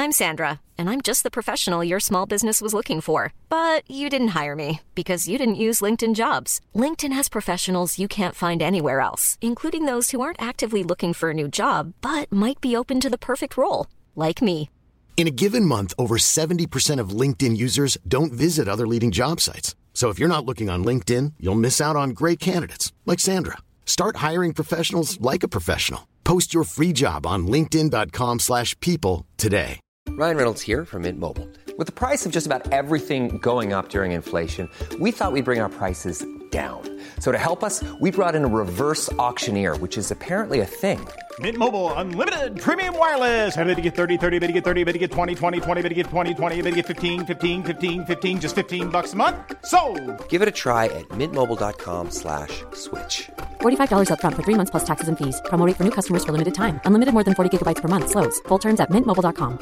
I'm Sandra, and I'm just the professional your small business was looking for. But you didn't hire me because you didn't use LinkedIn Jobs. LinkedIn has professionals you can't find anywhere else, including those who aren't actively looking for a new job, but might be open to the perfect role, like me. In a given month, over 70% of LinkedIn users don't visit other leading job sites. So if you're not looking on LinkedIn, you'll miss out on great candidates like Sandra. Start hiring professionals like a professional. Post your free job on linkedin.com/people today. Ryan Reynolds here from Mint Mobile. With the price of just about everything going up during inflation, we thought we'd bring our prices down. So to help us, we brought in a reverse auctioneer, which is apparently a thing. Mint Mobile Unlimited Premium Wireless. How to get 30, 30, bit to get 30, bit to get 20, 20, 20, bit to get 20, 20, bit to get 15, 15, 15, 15, just $15 a month? Sold! Give it a try at mintmobile.com/switch. $45 up front for 3 months plus taxes and fees. Promo rate for new customers for limited time. Unlimited more than 40 gigabytes per month. Slows full terms at mintmobile.com.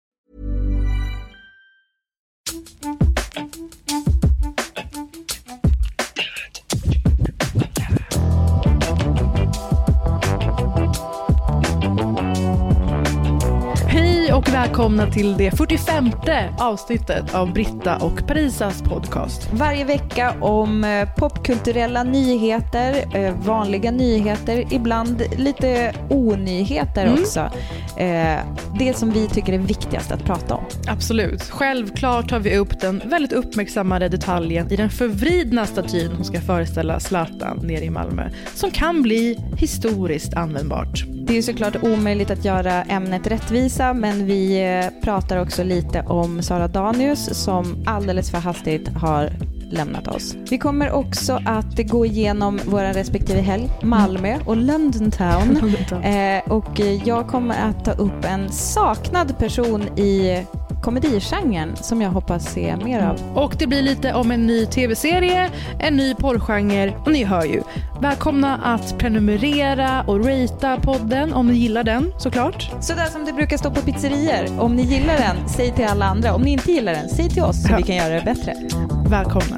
Och välkomna till det 45:e avsnittet av Britta och Parisas podcast. Varje vecka om popkulturella nyheter, vanliga nyheter, ibland lite onyheter också. Det som vi tycker är viktigast att prata om. Absolut. Självklart tar vi upp den väldigt uppmärksammade detaljen i den förvridna statyn som ska föreställa Zlatan nere i Malmö, som kan bli historiskt användbart. Det är såklart omöjligt att göra ämnet rättvisa, men vi pratar också lite om Sara Danius som alldeles för hastigt har lämnat oss. Vi kommer också att gå igenom våra respektive helg, Malmö och London Town. Och jag kommer att ta upp en saknad person i komedigenren som jag hoppas se mer av. Och det blir lite om en ny tv-serie, en ny porrgenre, och ni hör ju. Välkomna att prenumerera och ratea podden om ni gillar den, såklart. Så där som det brukar stå på pizzerier. Om ni gillar den, säg till alla andra. Om ni inte gillar den, säg till oss så vi kan göra det bättre. Välkomna.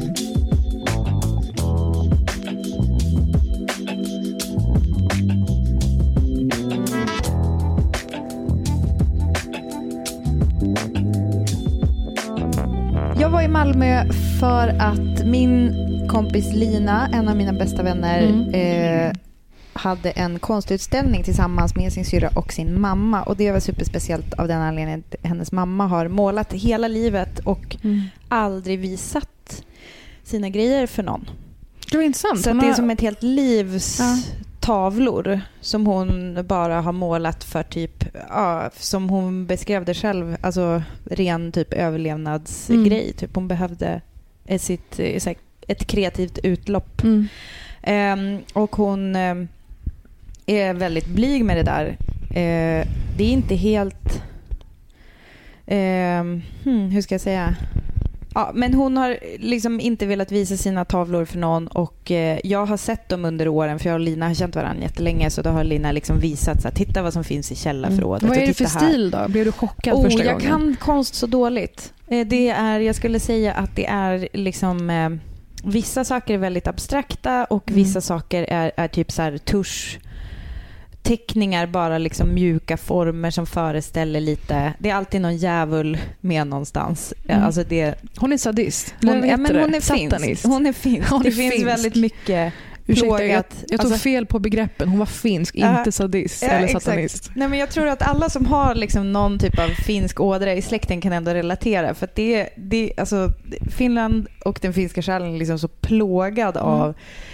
Jag var i Malmö för att min kompis Lina, en av mina bästa vänner, hade en konstutställning tillsammans med sin syra och sin mamma. Och det var superspeciellt av den anledningen att hennes mamma har målat hela livet och aldrig visat sina grejer för någon. Det var intressant. Så det är som ett helt livs tavlor som hon bara har målat för typ, som hon beskrev det själv, alltså ren typ överlevnadsgrej. Typ hon behövde ett kreativt utlopp. Och hon är väldigt blyg med det där. Det är inte helt hur ska jag säga? Ja, men hon har liksom inte velat visa sina tavlor för någon, och jag har sett dem under åren, för jag och Lina har känt varandra jättelänge, så då har Lina liksom visat så här, titta vad som finns i källarförrådet. Vad är det för stil då? Blev du chockad första gången? Jag kan konst så dåligt. Det är, jag skulle säga att det är liksom vissa saker är väldigt abstrakta och vissa saker är typ så här teckningar, bara liksom mjuka former som föreställer lite. Det är alltid någon djävul med någonstans. Alltså hon är sadist. Hon är finsk. Hon är finsk. Det finns väldigt mycket plågat. Jag tog fel på begreppen. Hon var finsk, inte sadist eller satanist. Exakt. Nej, men jag tror att alla som har liksom någon typ av finsk ådra i släkten kan ändå relatera, för att det alltså Finland och den finska själen är liksom så plågad av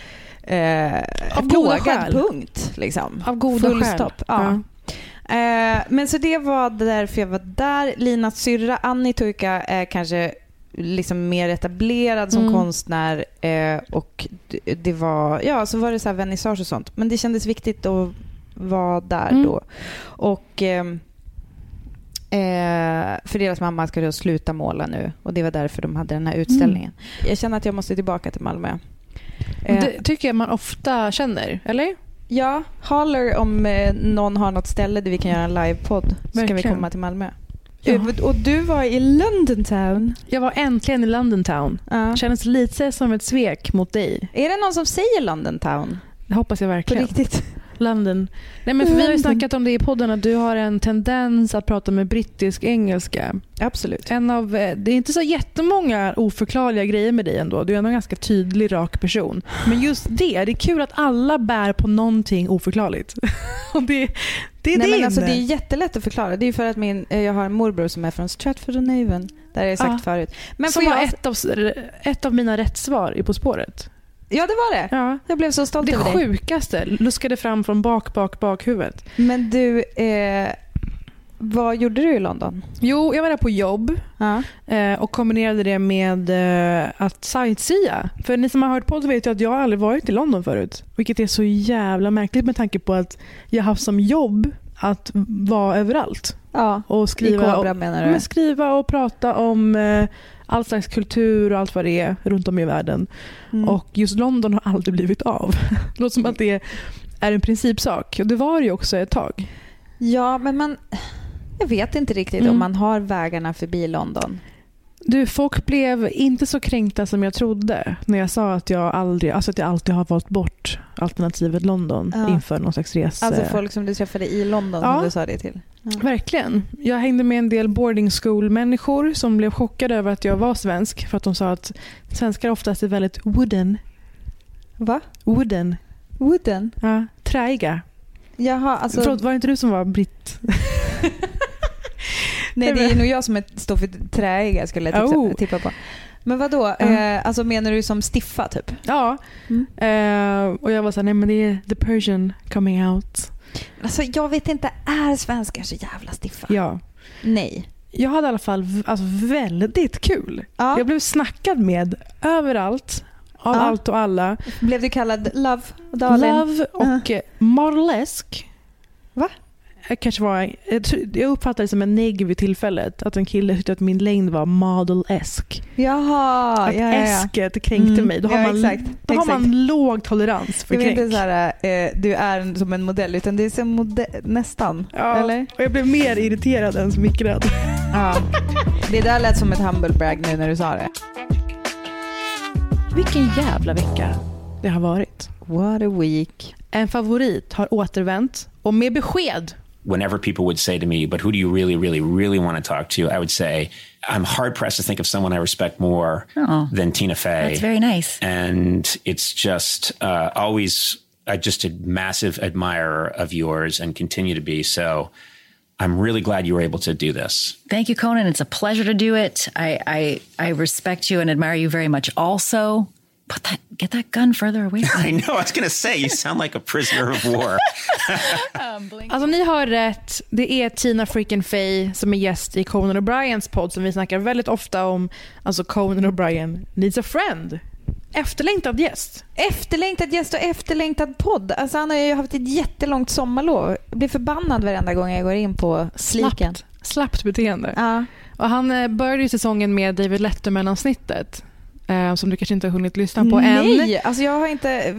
goda skäl. Punkt liksom. Av goda skäl. Ja. Men så det var därför jag var där. Linas syrra Annie Turka är kanske liksom mer etablerad som konstnär, och det var så var det så här vernissage och sånt, men det kändes viktigt att vara där då. Och för deras mamma ska då sluta måla nu, och det var därför de hade den här utställningen. Jag känner att jag måste tillbaka till Malmö. Det tycker jag man ofta känner, eller? Ja, holler om någon har något ställe där vi kan göra en livepodd, så ska vi komma till Malmö. Ja. Och du var i London Town. Jag var äntligen i London Town. Känns lite som ett svek mot dig. Är det någon som säger London Town? Det hoppas jag verkligen. På riktigt. London. Nej, men för vi har ju snackat om det i podden att du har en tendens att prata med brittisk engelska. Absolut. Det är inte så jättemånga oförklarliga grejer med dig ändå. Du är en ganska tydlig, rak person. Men just det är kul att alla bär på någonting oförklarligt. Och det är jättelätt att förklara. Det är för att jag har en morbror som är från Stratford-on-Avon. Där har jag sagt förut. Men som var ett av mina rätt svar i På spåret. Ja, det var det. Ja. Jag blev så stolt över det. Det sjukaste luskade fram från bakhuvudet. Men du, vad gjorde du i London? Jo, jag var där på jobb och kombinerade det med att sightsea. För ni som har hört på så vet ju att jag aldrig varit i London förut. Vilket är så jävla märkligt med tanke på att jag haft som jobb att vara överallt. Ja, och skriva, i Cobra menar du? Skriva och prata om all slags kultur och allt vad det är runt om i världen. Och just London har aldrig blivit av. Det låter som att det är en principsak. Och det var det ju också ett tag. Ja, men jag vet inte riktigt om man har vägarna förbi London. Folk blev inte så kränkta som jag trodde när jag sa att jag alltid har valt bort alternativet London inför någon slags resa. Alltså folk som du träffade i London som du sa det till. Ja. Verkligen. Jag hängde med en del boarding school-människor som blev chockade över att jag var svensk för att de sa att svenskar oftast är väldigt wooden. Va? Wooden? Ja, träiga. Jaha, alltså... Förlåt, var det inte du som var britt? Nej, det är nog jag som står för träiga skulle jag tippa på. Men vadå? Alltså menar du som stiffa typ? Ja. Och jag var så här, nej men det är the Persian coming out. Alltså jag vet inte, är svenskar så jävla stiffa? Ja. Nej. Jag hade i alla fall väldigt kul. Ja. Jag blev snackad med överallt. Av allt och alla. Blev du kallad Love, darling? Love och modellesk. Va? Jag uppfattade det som en negativ vid tillfället. Att en kille tyckte att min längd var model-esk. Jaha. Att esket kränkte mig. Då har man låg tolerans för kränk. Det är inte så här, du är som en modell, utan det är som nästan. Ja, eller? Och jag blev mer irriterad än smickrad. Ja. Det där lät som ett humble brag nu när du sa det. Vilken jävla vecka det har varit. What a week. En favorit har återvänt och med besked. Whenever people would say to me, but who do you really, really, really want to talk to? I would say, I'm hard pressed to think of someone I respect more than Tina Fey. That's very nice. And it's just always, I just a massive admirer of yours and continue to be. So I'm really glad you were able to do this. Thank you, Conan. It's a pleasure to do it. I respect you and admire you very much also. Get that gun further away from me. I know, I was going to say, you sound like a prisoner of war. Alltså ni har rätt, det är Tina freaking Fey som är gäst i Conan O'Briens podd som vi snackar väldigt ofta om. Alltså Conan O'Brien needs a friend. Efterlängtad gäst. Efterlängtad gäst och efterlängtad podd. Alltså han har ju haft ett jättelångt sommarlov. Jag blir förbannad varenda gång jag går in på sliken. Slappt beteende. Ja. Och han började ju säsongen med David Letterman-avsnittet. Som du kanske inte har hunnit lyssna på än. Nej, alltså jag har inte...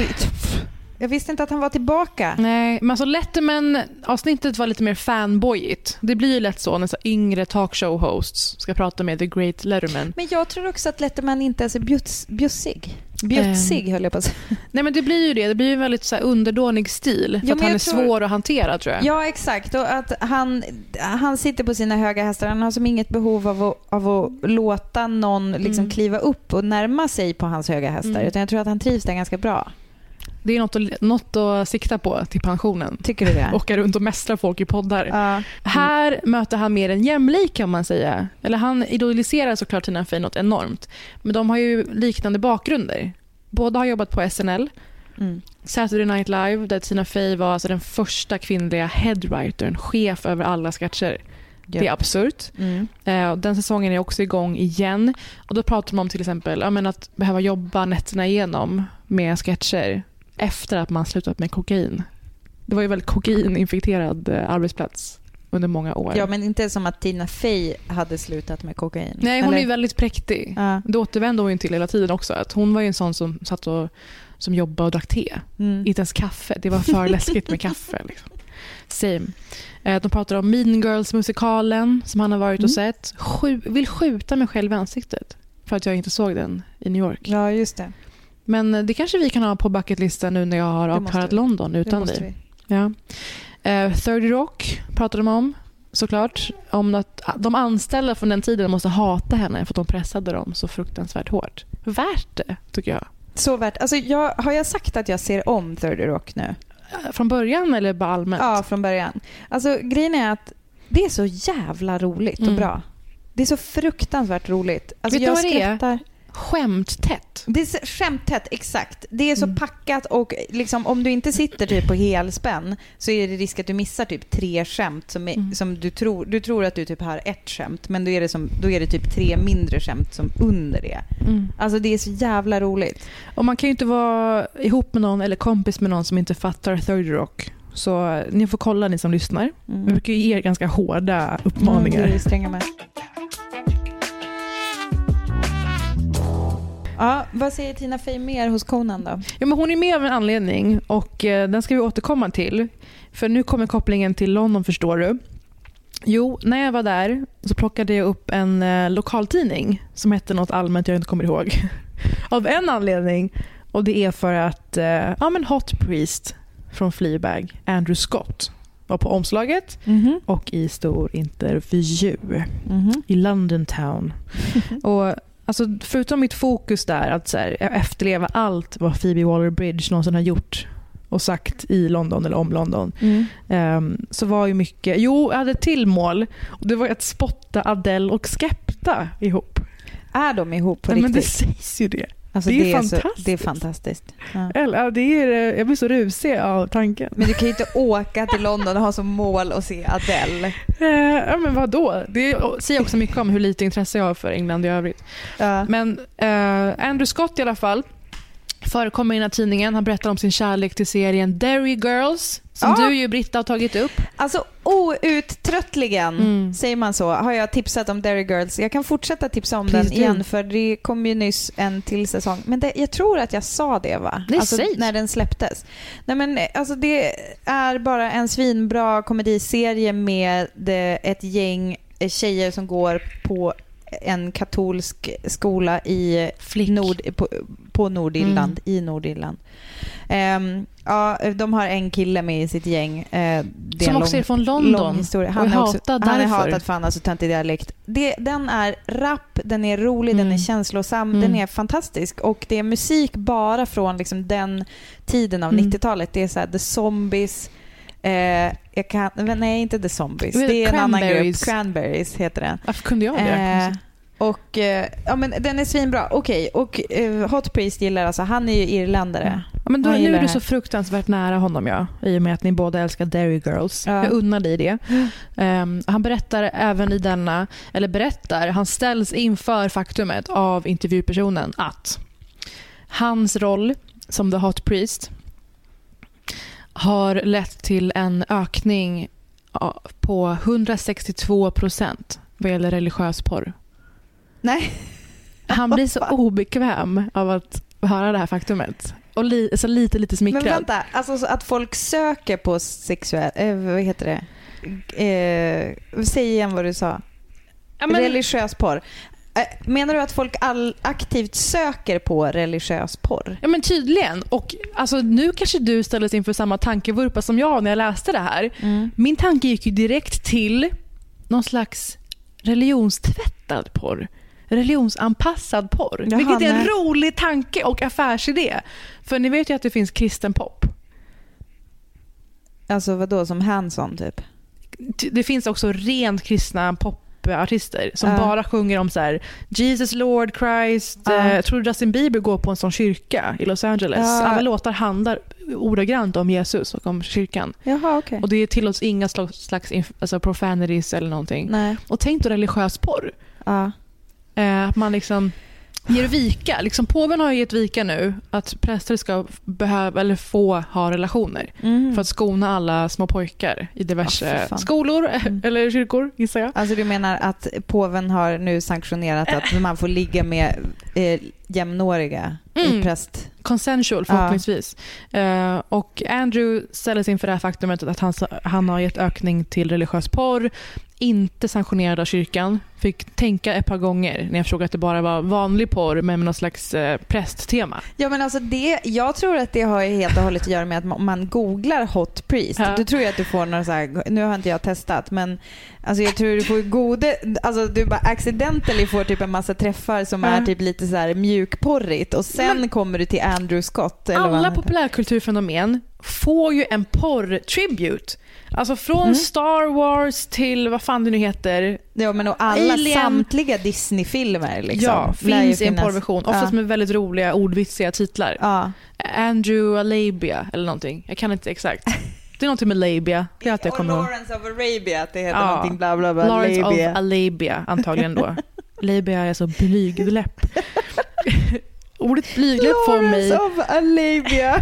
Jag visste inte att han var tillbaka. Nej, men alltså Letterman-avsnittet var lite mer fanboyigt. Det blir ju lätt så när så yngre talkshow-hosts ska prata med The Great Letterman. Men jag tror också att Letterman inte är så bjussig. Bjussig höll jag på att säga. Nej, men det blir ju det. Det blir ju en väldigt så här underdånig stil. För att han är svår att hantera, tror jag. Ja, exakt. Och att han sitter på sina höga hästar. Han har som inget behov av att låta någon liksom kliva upp och närma sig på hans höga hästar. Utan jag tror att han trivs där ganska bra. Det är något att sikta på till pensionen. Tycker du det? Åka runt och mästra folk i poddar. Här möter han mer en jämlik, kan man säga. Eller han idoliserar såklart Tina Fey något enormt. Men de har ju liknande bakgrunder. Båda har jobbat på SNL. Saturday Night Live, där Tina Fey var alltså den första kvinnliga headwritern, chef över alla sketcher. Det är absurt. Den säsongen är också igång igen. Och då pratar man om till exempel att behöva jobba nätterna igenom med sketcher efter att man slutat med kokain. Det var ju väldigt kokaininfekterad arbetsplats under många år. Ja, men inte som att Tina Fey hade slutat med kokain. Nej, hon är ju väldigt präktig. Ja. Det återvände hon ju till hela tiden också. Att hon var ju en sån som satt och som jobbade och drack te. Inte ens kaffe. Det var för läskigt med kaffe. Liksom. Same. De pratar om Mean Girls-musikalen som han har varit och sett. Vill skjuta mig själv i ansiktet för att jag inte såg den i New York. Ja, just det. Men det kanske vi kan ha på bucketlistan nu när jag har avklarat London utan dig. Ja. 30 Rock pratade de om, såklart. Om att de anställda från den tiden måste hata henne för att de pressade dem så fruktansvärt hårt. Värt det, tycker jag. Så värt. Alltså, har jag sagt att jag ser om 30 Rock nu? Från början eller bara allmänt? Ja, från början. Alltså, grejen är att det är så jävla roligt och bra. Det är så fruktansvärt roligt. Alltså, Vet jag du vad det är? skrattar. Skämttätt. Det är skämttätt, exakt. Det är så packat och liksom, om du inte sitter typ på helspänn så är det risk att du missar typ 3 skämt som du tror att du typ har ett skämt, men då är det typ 3 mindre skämt som under det. Alltså det är så jävla roligt. Och man kan ju inte vara ihop med någon eller kompis med någon som inte fattar 30 Rock. Så ni får kolla, ni som lyssnar. Vi brukar ge er ganska hårda uppmaningar. Det är stränga med. Ja, vad säger Tina Fey mer hos Conan då? Ja, men hon är med av en anledning och den ska vi återkomma till. För nu kommer kopplingen till London, förstår du. Jo, när jag var där så plockade jag upp en lokaltidning som hette något allmänt jag inte kommer ihåg. Av en anledning, och det är för att Hot Priest från Fleabag, Andrew Scott, var på omslaget och i stor intervju i London Town. Och alltså, förutom mitt fokus där att så här, efterleva allt vad Phoebe Waller-Bridge någonsin har gjort och sagt i London eller om London, så var ju mycket... Jo, jag hade ett till mål och det var att spotta Adele och Skepta ihop. Är de ihop på riktigt? Men det sägs ju det. Alltså, det är fantastiskt. Det är fantastiskt. Ja. Eller, jag blir så rusig av tanken. Men du kan ju inte åka till London och ha som mål att se Adele. Ja, men vadå? Det säger också mycket om hur lite intresse jag har för England i övrigt. Ja. Men Andrew Scott i alla fall förekommer i den här tidningen. Han berättar om sin kärlek till serien Derry Girls, som du ju, Britta, har tagit upp. Alltså outtröttligen, säger man så, har jag tipsat om Derry Girls. Jag kan fortsätta tipsa om den igen, för det kom ju nyss en till säsong. Men jag tror att jag sa det, va? Alltså, när den släpptes. Nej, men alltså, det är bara en svinbra komediserie med ett gäng tjejer som går på en katolsk skola i på Nordirland, i Nordirland. De har en kille med i sitt gäng. Det som också är från London. Han är hatad för annars töntig dialekt. Den är rapp, den är rolig, den är känslosam, den är fantastisk. Och det är musik bara från liksom den tiden av 90-talet. Det är så här The Zombies. Nej, inte The Zombies. Det är en annan grupp. Cranberries heter den. Varför kunde jag det? Och men den är svinbra. Okej, och Hot Priest gillar, alltså, han är ju irländare. Ja, men då, nu är du så fruktansvärt nära honom, i och med att ni båda älskar Derry Girls. Jag unnar dig det. Han berättar även i denna, han ställs inför faktumet av intervjupersonen att hans roll som The Hot Priest har lett till en ökning på 162% vad gäller religiös porr. Nej. Han blir så obekväm av att höra det här faktumet. Och så lite smickrad. Men vänta, alltså att folk söker på sexuell... vad heter det? Säg igen vad du sa. Ja, men... Religiös porr. Menar du att folk aktivt söker på religiös porr? Ja, men tydligen. Och alltså, nu kanske du ställdes inför samma tankevurpa som jag när jag läste det här. Min tanke gick ju direkt till någon slags religionstvättad porr. Religionsanpassad porr. Jaha, vilket är en rolig tanke och affärsidé. För ni vet ju att det finns kristen pop. Alltså vadå, som Hanson typ? Det finns också rent kristna popartister som bara sjunger om så här: Jesus Lord Christ. Jag tror Justin Bieber går på en sån kyrka i Los Angeles. Alla låtar handlar ordagrant om Jesus och om kyrkan. Jaha, okay. Och det tillåts inga slags profanities eller någonting. Nej. Och tänk då religiös porr. Att man liksom ger vika. Liksom, påven har ju gett vika nu att präster ska behöva eller få ha relationer för att skona alla små pojkar i diverse skolor eller kyrkor, gissar jag. Alltså du menar att påven har nu sanktionerat att man får ligga med jämnåriga? Consensual förhoppningsvis. Och Andrew ställer sig inför det här faktumet att han har gett ökning till religiös porr, inte sanktionerad av kyrkan. Fick tänka ett par gånger när jag frågade att det bara var vanlig porr men med någon slags prästtema. Ja, men alltså jag tror att det har helt och hållet att göra med att om man googlar hot priest, då tror jag att du får några så här, nu har inte jag testat, men alltså jag tror du får du bara accidentally får typ en massa träffar som är typ lite så här mjukporrigt och sen kommer du till Andrew Scott. Eller alla populärkulturfenomen får ju en porr-tribute. Alltså från Star Wars till vad fan det nu heter. Ja, men och alla samtliga Disney-filmer liksom. Ja, finns i en porrversion. Oftast med väldigt roliga ordvitsiga titlar. Andrew Alabia eller någonting. Jag kan inte exakt. Det är någonting med labia. Det är att jag kommer ihåg. Lawrence of Arabia, att det heter någonting bla bla bla. Lawrence labia. Of Alabia antagligen då. Labia är så blygdläpp. Ordet blygdläpp får mig... Lawrence of Arabia.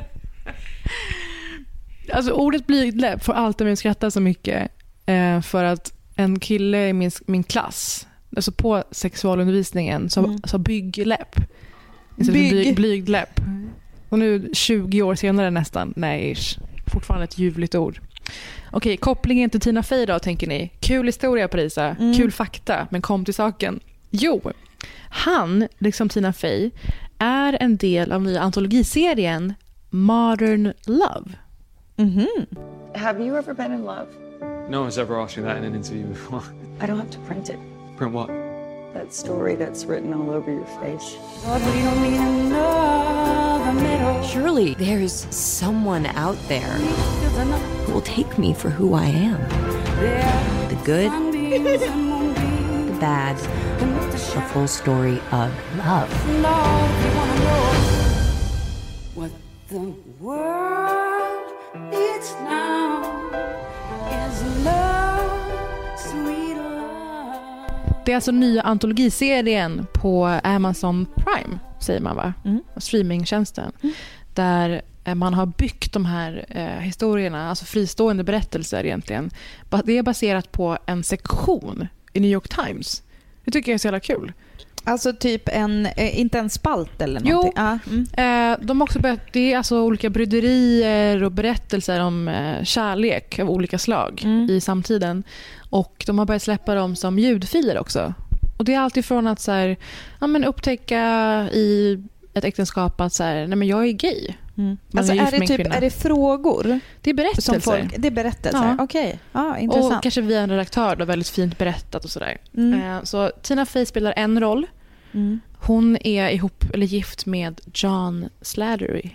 Alltså ordet blygdläpp får alltid mig att skratta så mycket för att en kille i min klass, alltså på sexualundervisningen, så byggläpp istället för blygdläpp. Och nu 20 år senare nästan, fortfarande ett ljuvligt ord. Okej, kopplingen till Tina Fey då, tänker ni? Kul historia, Parisa, kul fakta, men kom till saken. Jo, han, liksom Tina Fey, är en del av nya antologiserien Modern Love. Have you ever been in love? No one's ever asked me that in an interview before. I don't have to print it. Print what? That story that's written all over your face. Surely there's someone out there who will take me for who I am. The good, the bad, the full story of love. What the world needs now is love, sweet love. Det är alltså nya antologiserien på Amazon Prime, säger man va? Streamingtjänsten. Där man har byggt de här historierna, alltså fristående berättelser egentligen. Det är baserat på en sektion i New York Times. Det tycker jag är så jävla kul. Alltså typ inte en spalt eller någonting? Jo, de också det är alltså olika bryderier och berättelser om kärlek av olika slag i samtiden. Och de har börjat släppa dem som ljudfiler också. Och det är alltid från att så här, upptäcka i ett äktenskap att så här, nej men jag är gay. Alltså är det frågor? Det är berättelser. Det är berättelser, okej. Ja, intressant. Och kanske via en redaktör då, väldigt fint berättat och sådär. Så Tina Fey spelar en roll. Hon är gift med John Slattery.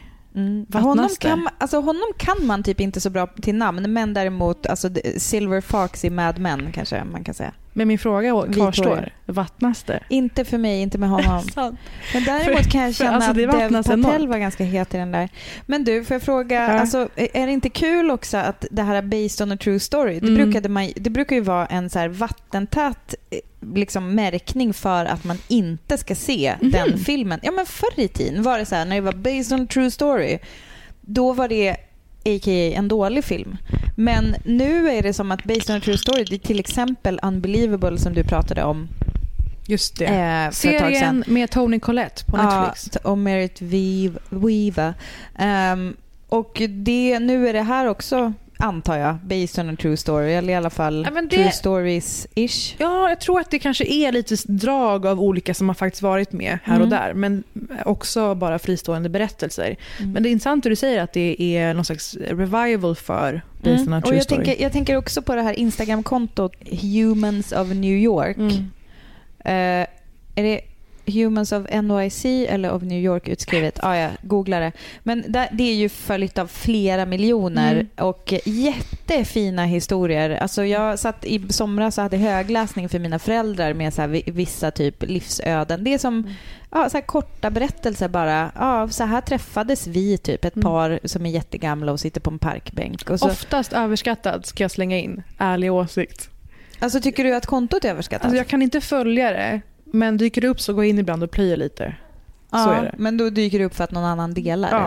Honom kan man typ inte så bra till namn, men däremot alltså Silver Fox i Mad Men kanske man kan säga. Men min fråga kvarstår. Vattnas det? Inte för mig, inte med honom. Men däremot kan jag känna att Dev Patel var ganska het i den där. Men du, får jag fråga, alltså, är det inte kul också att det här är based on a true story? Det brukar ju vara en så här vattentät liksom märkning för att man inte ska se den filmen. Ja, men förr i tiden var det så här, när det var based on a true story, då var det a.k.a. en dålig film. Men nu är det som att based on a true story, det är till exempel Unbelievable som du pratade om. Just det. Serien med Toni Collette på Netflix. Och Merit Weaver. Och nu är det här också, antar jag, based on a true story, eller i alla fall true stories-ish. Ja, jag tror att det kanske är lite drag av olika som har faktiskt varit med här och där, men också bara fristående berättelser. Men det är intressant att du säger att det är någon slags revival för based on a true story. Jag tänker också på det här Instagram-kontot Humans of New York. Är det Humans of NYC eller of New York utskrivet? Jag googlar det. Men det är ju följt av flera miljoner och jättefina historier. Alltså jag satt i somras och hade högläsning för mina föräldrar med så här vissa typ livsöden. Det är som så här korta berättelser bara. Så här träffades vi typ ett par som är jättegamla och sitter på en parkbänk. Och så, oftast överskattad, ska jag slänga in. Ärlig åsikt. Alltså tycker du att kontot är överskattat? Alltså jag kan inte följa det. Men dyker det upp så går jag in ibland och plöjer lite. Så är det. Men då dyker det upp för att någon annan delar, eller?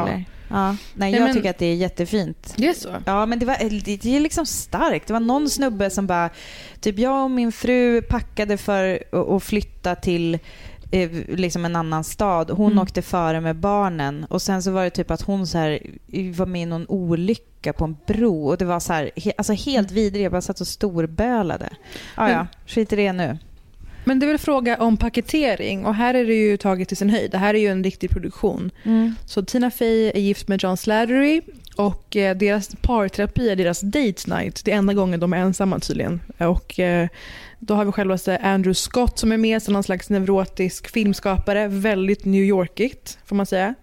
Ja, nej, jag tycker att det är jättefint. Det är så? Ja, men det är liksom starkt. Det var någon snubbe som bara, typ jag och min fru packade för att flytta till liksom en annan stad. Hon åkte före med barnen och sen så var det typ att hon så här var med i någon olycka på en bro och det var så här alltså helt vidrigt. Jag bara satt och storbölade. Ja, skit i det nu. Men det är väl fråga om paketering och här är det ju taget till sin höjd. Det här är ju en riktig produktion. Så Tina Fey är gift med John Slattery och deras parterapi är deras date night. Det är enda gången de är ensamma tydligen. Och då har vi självaste Andrew Scott som är med som någon slags neurotisk filmskapare. Väldigt New Yorkigt får man säga.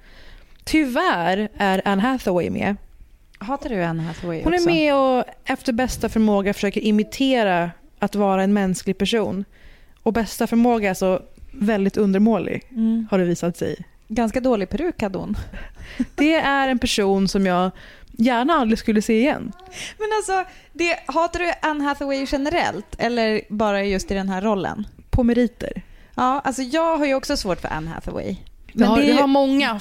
Tyvärr är Anne Hathaway med. Hatar du Anne Hathaway Hon också? är med och efter bästa förmåga försöker imitera att vara en mänsklig person. Och bästa förmåga är så väldigt undermålig, har det visat sig. Ganska dålig peruk hade hon. Det är en person som jag gärna aldrig skulle se igen. Men alltså, hatar du Anne Hathaway generellt eller bara just i den här rollen? På meriter. Ja, alltså jag har ju också svårt för Anne Hathaway. Men det har många.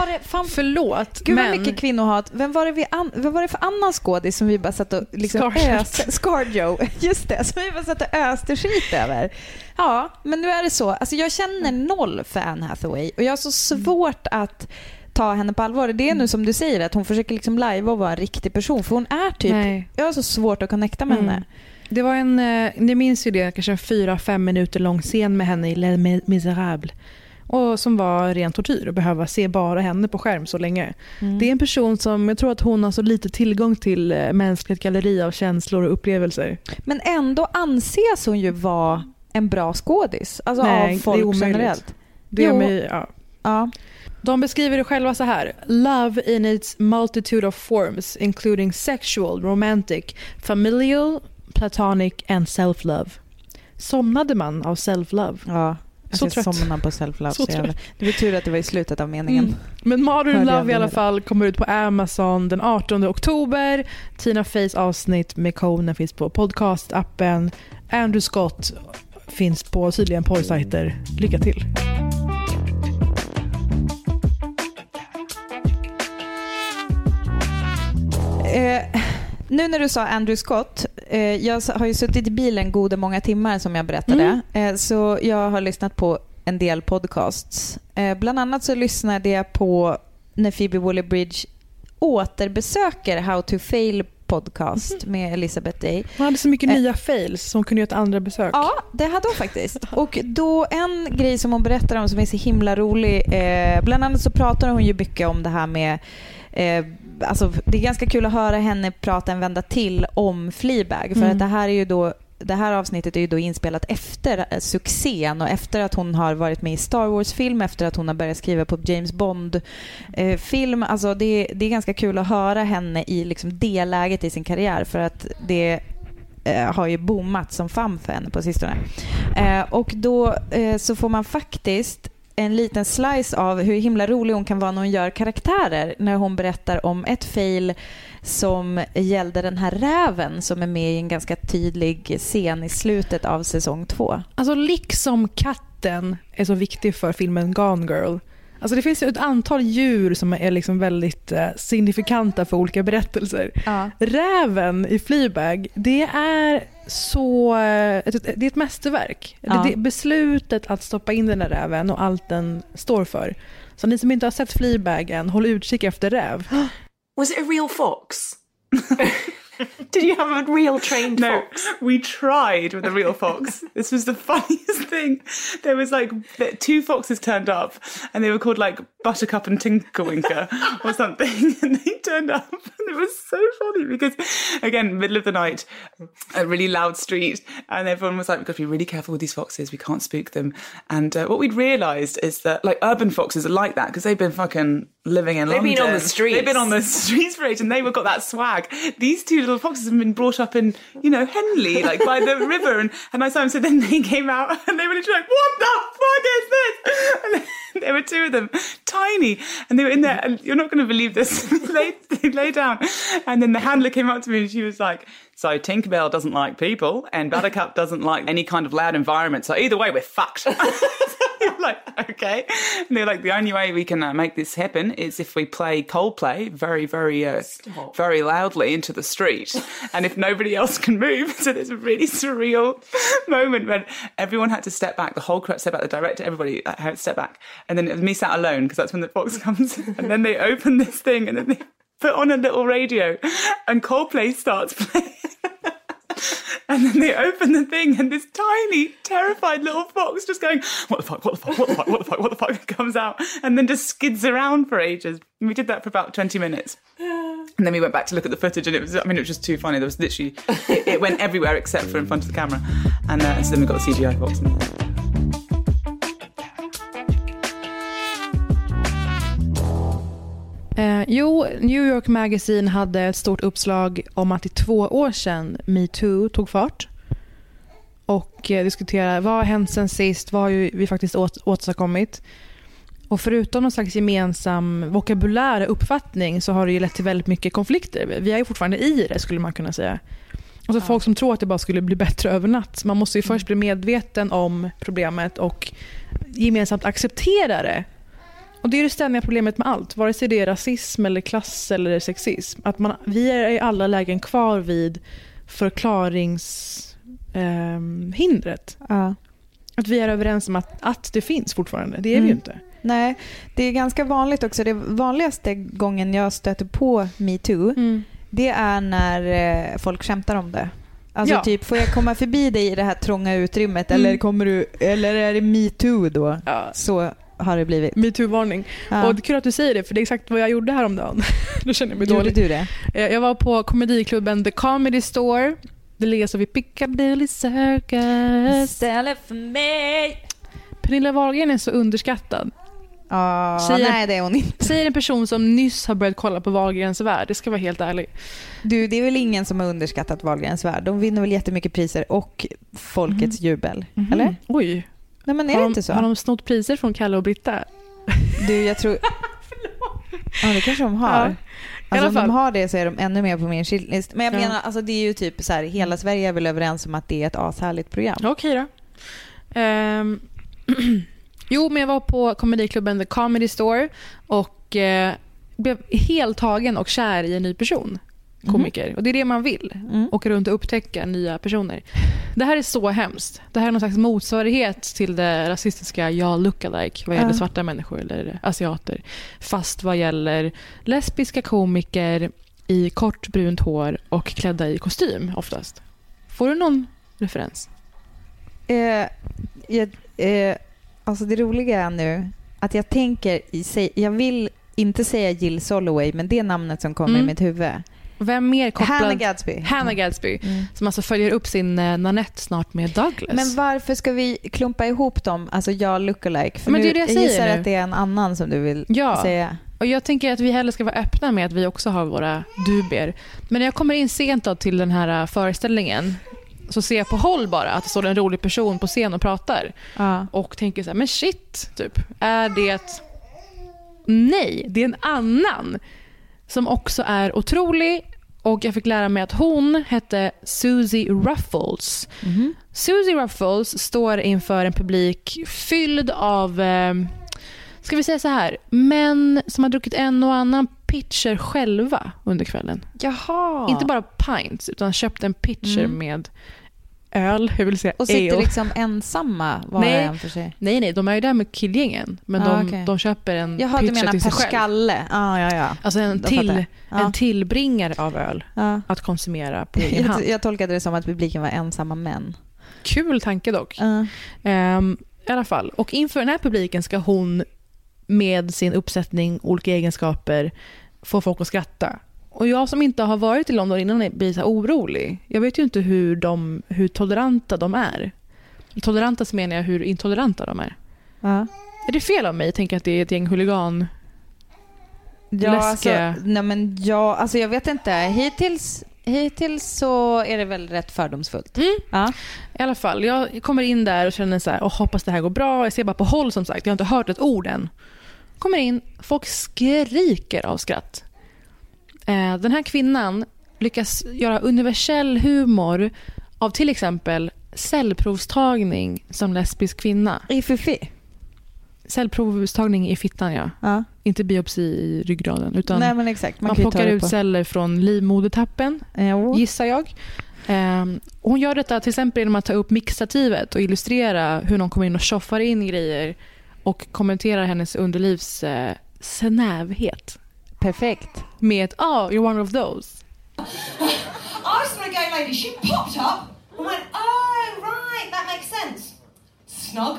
Förlåt. Gud vad mycket kvinnohat. Vem var det för annan skådis som vi bara satt och liksom Scarjo. Just det, som vi bara satt och öste skit över. Ja, men nu är det så. Alltså jag känner noll för Anne Hathaway och jag har så svårt att ta henne på allvar. Det är nu som du säger att hon försöker liksom live och vara en riktig person för hon är typ, jag har så svårt att connecta med henne. Det var ni minns ju det, kanske en 4-5 minuter lång scen med henne i Les Misérables. Och som var ren tortyr att behöva se bara henne på skärm så länge. Det är en person som, jag tror att hon har så lite tillgång till mänskligt galleri av känslor och upplevelser. Men ändå anses hon ju vara en bra skådis. Alltså av folk generellt. Det är ja. De beskriver det själva så här. Love in its multitude of forms, including sexual, romantic, familial, platonic and self-love. Somnade man av self-love? Ja. Så trött. Somnar på self-love. Så det var tur att det var i slutet av meningen. Men Modern Love i alla fall kommer ut på Amazon den 18 oktober. Tina Feys avsnitt med Conan finns på podcast-appen. Andrew Scott finns på tydligen porrsajter. Lycka till! Nu när du sa Andrew Scott, jag har ju suttit i bilen goda många timmar som jag berättade. Så jag har lyssnat på en del podcasts. Bland annat så lyssnade jag på när Phoebe Waller-Bridge återbesöker How to Fail podcast med Elizabeth Day. Hon hade så mycket nya fails som kunde göra ett andra besök. Ja, det hade hon faktiskt. Och då en grej som hon berättar om som är så himla rolig, bland annat så pratar hon ju mycket om det här med alltså det är ganska kul att höra henne prata en vända till om Fleabag för att det här avsnittet är ju då inspelat efter succén och efter att hon har varit med i Star Wars-film, efter att hon har börjat skriva på James Bond-film. Alltså det är ganska kul att höra henne i liksom det läget i sin karriär för att det har ju boomat som fan för henne på sistone. Och då så får man faktiskt en liten slice av hur himla rolig hon kan vara när hon gör karaktärer när hon berättar om ett fail som gällde den här räven som är med i en ganska tydlig scen i slutet av säsong 2. Alltså liksom katten är så viktig för filmen Gone Girl. Alltså det finns ju ett antal djur som är liksom väldigt signifikanta för olika berättelser. Ja. Räven i Fleabag, det är så det är ett mästerverk. Ja. Det beslutet att stoppa in den där räven och allt den står för. Så ni som inte har sett Fleabag än, håll utkik efter räv. Was it a real fox? Did you have a real trained fox? No, we tried with a real fox. This was the funniest thing. There was like 2 foxes turned up and they were called like Buttercup and Tinkerwinker or something. And they turned up and it was so funny because, again, middle of the night, a really loud street. And everyone was like, we've got to be really careful with these foxes. We can't spook them. And what we'd realised is that like urban foxes are like that because they've been fucking living in London. They've been on the streets. They've been on the streets for ages and they've got that swag. These 2 little foxes have been brought up in, you know, Henley, like by the river. And I saw them, so then they came out and they were literally like, what the fuck is this? And there were 2 of them, tiny, and they were in there, and you're not going to believe this. They lay down, and then the handler came up to me and she was like, so Tinkerbell doesn't like people and Buttercup doesn't like any kind of loud environment, so either way we're fucked. You're like, okay. And they're like, the only way we can make this happen is if we play Coldplay very, very, very loudly into the street. And if nobody else can move. So there's a really surreal moment when everyone had to step back. The whole crowd step back, the director, everybody had to step back. And then it was me sat alone because that's when the Fox comes. And then they open this thing and then they put on a little radio and Coldplay starts playing. And then they open the thing and this tiny, terrified little fox just going, what the fuck, what the fuck, what the fuck, what the fuck, what the fuck, comes out and then just skids around for ages. And we did that for about 20 minutes. And then we went back to look at the footage and it was just too funny. There was literally, it went everywhere except for in front of the camera. And so then we got the CGI fox in there. New York Magazine hade ett stort uppslag om att i 2 år sedan Me Too tog fart och diskuterade vad har hänt sen sist, vad har vi faktiskt åstadkommit. Och förutom någon slags gemensam vokabulär och uppfattning så har det ju lett till väldigt mycket konflikter. Vi är ju fortfarande i det, skulle man kunna säga. Och så folk som tror att det bara skulle bli bättre över natt. Man måste ju först bli medveten om problemet och gemensamt acceptera det. Och det är det ständiga problemet med allt, vare sig det är rasism eller klass eller sexism. Att vi är i alla lägen kvar vid förklaringshindret. Att vi är överens om att det finns fortfarande, det är vi ju inte. Nej, det är ganska vanligt också. Det vanligaste gången jag stöter på Me Too, det är när folk skämtar om det. Alltså typ, får jag komma förbi dig i det här trånga utrymmet eller är det Me Too då? Så har det blivit. MeToo-varning. Ja. Och det är kul att du säger det, för det är exakt vad jag gjorde häromdagen. Då känner jag mig dålig. Gjorde du det? Jag var på komediklubben The Comedy Store. Det ligger så vid Piccadilly Circus. Ställ för mig. Pernilla Wahlgren är så underskattad. Nej, det är hon inte. Säger en person som nyss har börjat kolla på Wahlgrens värld. Det ska vara helt ärlig. Du, det är väl ingen som har underskattat Wahlgrens värld. De vinner väl jättemycket priser och folkets jubel. Eller? Oj. Nej, men är det inte så? Har de snott priser från Kalle och Britta? Du, jag tror... Ja, det kanske de har. Alltså, om de har det så är de ännu mer på min shitlist. Men jag menar, alltså, det är ju typ så här, hela Sverige är väl överens om att det är ett ashärligt program. Okej då. Jo, men jag var på komediklubben The Comedy Store och blev helt tagen och kär i en ny person. Komiker. Och det är det man vill. Åka runt och upptäcka nya personer. Det här är så hemskt. Det här är någon slags motsvarighet till det rasistiska jag lookalike vad gäller svarta människor eller asiater. Fast vad gäller lesbiska komiker i kort brunt hår och klädda i kostym oftast. Får du någon referens? Alltså det roliga är nu att jag tänker jag vill inte säga Jill Soloway, men det är namnet som kommer i mitt huvud. Vem mer kopplad? Hannah Gadsby. Som alltså följer upp sin Nanette snart med Douglas. Men varför ska vi klumpa ihop dem? Alltså jag lookalike. För men nu, det är det jag gissar nu. Att det är en annan som du vill säga. Och jag tänker att vi heller ska vara öppna med att vi också har våra dubier. Men när jag kommer in sent då till den här föreställningen så ser jag på håll bara att det står en rolig person på scen och pratar. Och tänker så här, men shit, typ. Är det... Nej, det är en annan som också är otrolig. Och jag fick lära mig att hon hette Susie Ruffles. Susie Ruffles står inför en publik fylld av, ska vi säga så här, män som har druckit en och annan pitcher själva under kvällen. Jaha. Inte bara pints, utan köpt en pitcher med öl, jag vill säga och sitter ale. Liksom ensamma var en för sig. Nej, de är ju där med killgängen. Men de köper en pitcher till sig själv. Skalle. Ja. Alltså en tillbringare av öl att konsumera på egen hand. Jag tolkade det som att publiken var ensamma män. Kul tanke dock. I alla fall. Och inför den här publiken ska hon med sin uppsättning, olika egenskaper, få folk att skratta. Och jag som inte har varit i London innan blir så orolig. Jag vet ju inte hur toleranta de är. Toleranta så menar jag hur intoleranta de är. Är det fel av mig att tänka att det är ett gäng huligan? Alltså jag vet inte. Hittills så är det väl rätt fördomsfullt. I alla fall, jag kommer in där och känner så här, hoppas det här går bra. Jag ser bara på håll som sagt. Jag har inte hört ett ord än. Kommer in, folk skriker av skratt. Den här kvinnan lyckas göra universell humor av till exempel cellprovstagning som lesbisk kvinna. Iffi. cellprovstagning i fittan, ja. Inte biopsi i ryggraden. Utan nej, men exakt. man plockar ut celler från livmodertappen, gissar jag. Hon gör detta till exempel genom att ta upp mixtativet och illustrera hur någon kommer in och tjoffar in grejer och kommenterar hennes underlivs snävhet. Perfekt. Med ett, you're one of those. I was a gay lady. She popped up and went, oh, right, that makes sense. Snug.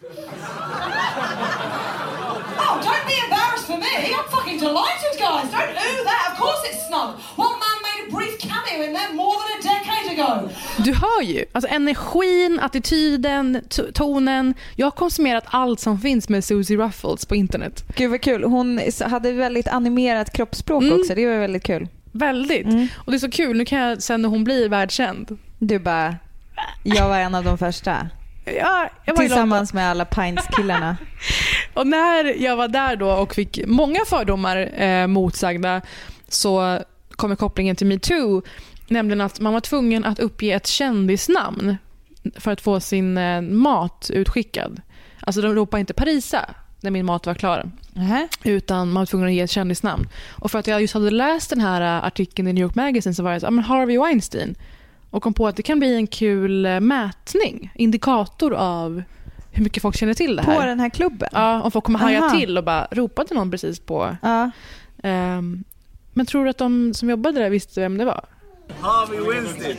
Oh, don't be embarrassed for me. I'm fucking delighted, guys. Don't ooh that. Of course it's snug. One man made a brief cameo in there more than a decade ago. Du hör ju, alltså energin, attityden, tonen. Jag har konsumerat allt som finns med Susie Ruffles på internet. Gud vad kul. Hon hade väldigt animerat kroppsspråk också. Det var väldigt kul. Väldigt. Och det är så kul. Nu kan jag sen när hon blir världskänd. Du bara, jag var en av de första. Ja, jag var tillsammans med alla Pines-killarna. Och när jag var där då och fick många fördomar motsagda, så kommer kopplingen till MeToo, nämligen att man var tvungen att uppge ett kändisnamn för att få sin mat utskickad. Alltså de ropade inte Parisa när min mat var klar. Utan man var tvungen att ge ett kändisnamn. Och för att jag just hade läst den här artikeln i New York Magazine, så var det så, Harvey Weinstein. Och kom på att det kan bli en kul mätning, indikator av hur mycket folk känner till det här. På den här klubben? Ja, om folk kommer haja till och bara ropade någon precis på. Ja. Men tror du att de som jobbade där visste vem det var? Harvey Weinstein.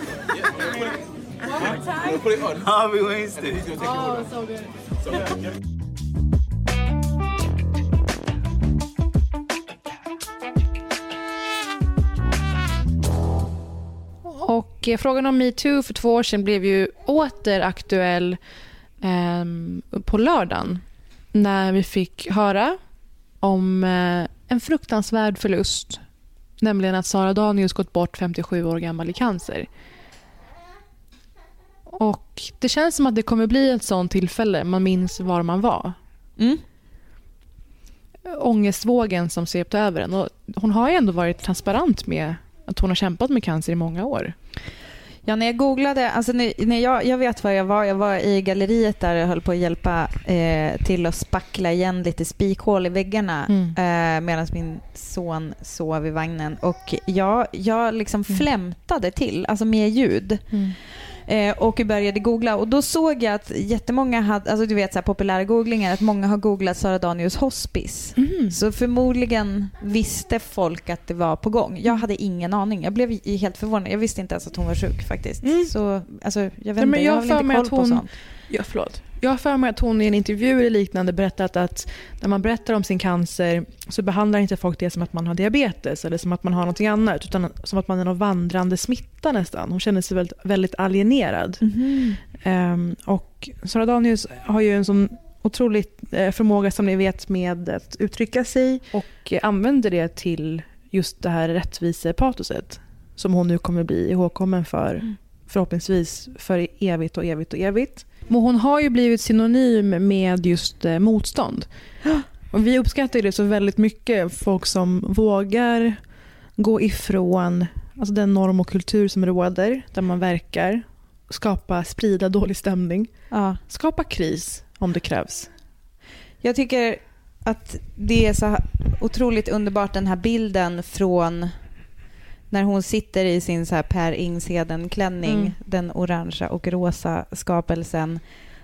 Harvey Weinstein. Oh, so good. Och frågan om MeToo för 2 år sedan blev ju åter aktuell på lördagen när vi fick höra om en fruktansvärd förlust, nämligen att Sara Danius gått bort 57 år gammal i cancer. Och det känns som att det kommer bli ett sånt tillfälle man minns var man var. Ångestvågen som svepte över en. Och hon har ju ändå varit transparent med att hon har kämpat med cancer i många år. Ja, när jag googlade, alltså när jag vet var jag var i galleriet där och höll på att hjälpa till att spackla igen lite spikhål i väggarna medan min son sov i vagnen, och jag liksom flämtade till, alltså med ljud. Och började googla, och då såg jag att jättemånga hade, alltså du vet så här populära googlingar, att många har googlat Sara Danius hospice. Så förmodligen visste folk att det var på gång. Jag hade ingen aning. Jag blev helt förvånad. Jag visste inte ens att hon var sjuk faktiskt. Så alltså jag vet inte, jag har väl inte koll på sånt. Jag har för mig att hon i en intervju eller liknande berättat att när man berättar om sin cancer så behandlar inte folk det som att man har diabetes eller som att man har någonting annat, utan som att man är någon vandrande smitta nästan. Hon känner sig väldigt, väldigt alienerad. Och Sara Danius har ju en sån otroligt förmåga, som ni vet, med att uttrycka sig och använder det till just det här rättvisepatoset som hon nu kommer bli ihågkommen för, förhoppningsvis för evigt och evigt och evigt. Men hon har ju blivit synonym med just motstånd. Och vi uppskattar det så väldigt mycket. Folk som vågar gå ifrån alltså den norm och kultur som råder där man verkar, sprida dålig stämning, skapa kris om det krävs. Jag tycker att det är så otroligt underbart, den här bilden från när hon sitter i sin så här Per Ingsheden-klänning, den orangea och rosa skapelsen,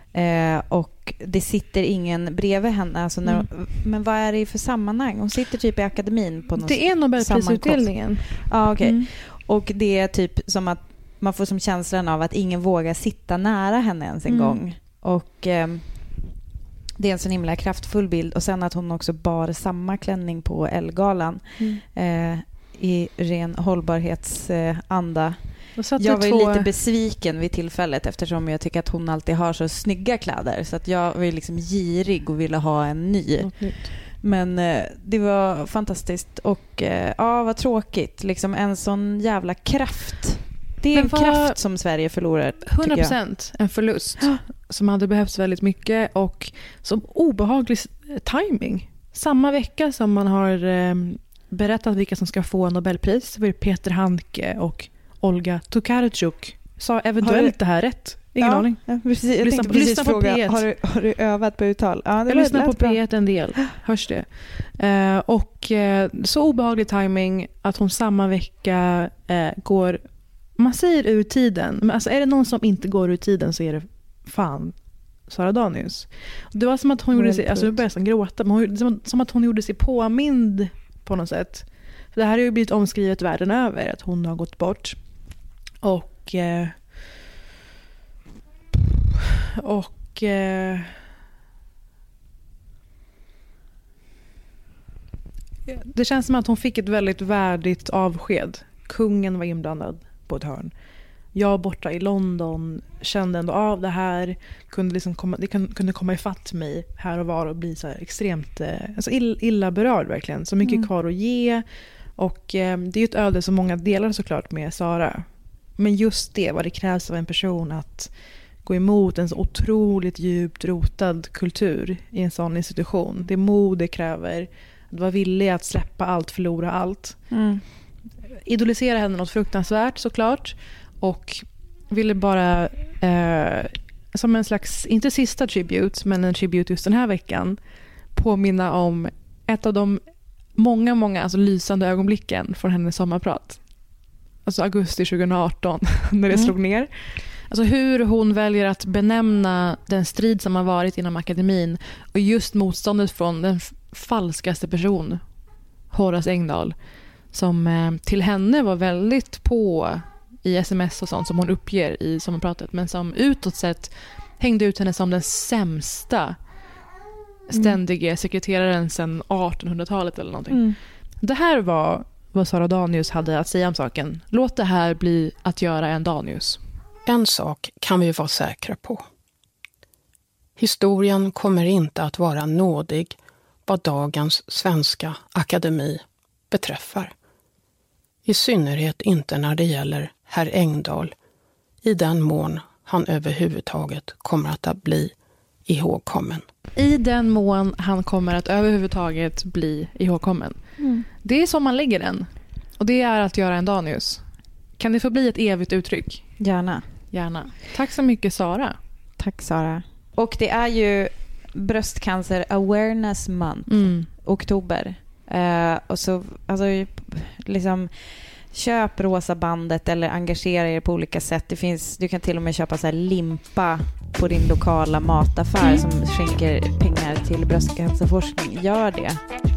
och det sitter ingen bredvid henne. Alltså men vad är det för sammanhang? Hon sitter typ i akademin på någon. Det är Nobelprisutdelningen. Ja, okej. Och det är typ som att man får som känslan av att ingen vågar sitta nära henne ens en gång. Och det är en så himla kraftfull bild. Och sen att hon också bar samma klänning på Ellegalan. I ren hållbarhetsanda. Jag var ju lite besviken vid tillfället eftersom jag tycker att hon alltid har så snygga kläder, så att jag var liksom girig och ville ha en ny. Men det var fantastiskt, och vad tråkigt, liksom en sån jävla kraft. Det är en kraft som Sverige förlorar. 100% en förlust som hade behövts väldigt mycket, och som obehaglig timing. Samma vecka som man har berättat vilka som ska få Nobelpris, så var det Peter Handke och Olga Tokarczuk sa eventuellt det här rätt. Ingen aning. Ja, precis. Jag lyssna på fråga, P1. Har du övat på uttal? Ja, jag lyssnar på P1 en del. Hörs det. Så obehaglig timing att hon samma vecka går... Man säger ur tiden. Men alltså, är det någon som inte går ur tiden så är det fan Sara Danius. Det var som att hon gjorde sig... Alltså nu börjar jag gråta. Men som att hon gjorde sig påmind på något sätt. För det här har ju blivit omskrivet världen över. Att hon har gått bort. Det känns som att hon fick ett väldigt värdigt avsked. Kungen var inblandad på ett hörn. Jag borta i London kände ändå av det här. Kunde komma ifatt mig här och var och bli så här extremt alltså illa berörd verkligen. Så mycket kvar att ge. Och det är ju ett öde som många delar såklart med Sara. Men just det, vad det krävs av en person att gå emot en så otroligt djupt rotad kultur i en sån institution. Det mod det kräver. Att vara villig att släppa allt, förlora allt. Idolisera henne något fruktansvärt såklart. Och ville bara som en slags, inte sista tribute, men en tribute just den här veckan, påminna om ett av de många alltså lysande ögonblicken från hennes sommarprat. Alltså augusti 2018 när det slog ner. Alltså hur hon väljer att benämna den strid som har varit inom akademin och just motståndet från den falskaste person, Horace Engdahl, som till henne var väldigt på i sms och sånt som hon uppger i sommarpratet, men som utåt sett hängde ut henne som den sämsta ständige sekreteraren sedan 1800-talet eller någonting. Det här var vad Sara Danius hade att säga om saken. Låt det här bli att göra en Danius. En sak kan vi vara säkra på. Historien kommer inte att vara nådig vad dagens svenska akademi beträffar. I synnerhet inte när det gäller herr Engdahl, i den mån han överhuvudtaget kommer att bli ihågkommen. I den mån han kommer att överhuvudtaget bli ihågkommen. Det är som man lägger den. Och det är att göra en Danius. Kan det få bli ett evigt uttryck? Gärna. Tack så mycket, Sara. Tack, Sara. Och det är ju bröstcancer awareness month, oktober. Och så alltså liksom köp rosa bandet eller engagera er på olika sätt. Du kan till och med köpa så här limpa på din lokala mataffär som skänker pengar till bröstcancerforskning. Gör det.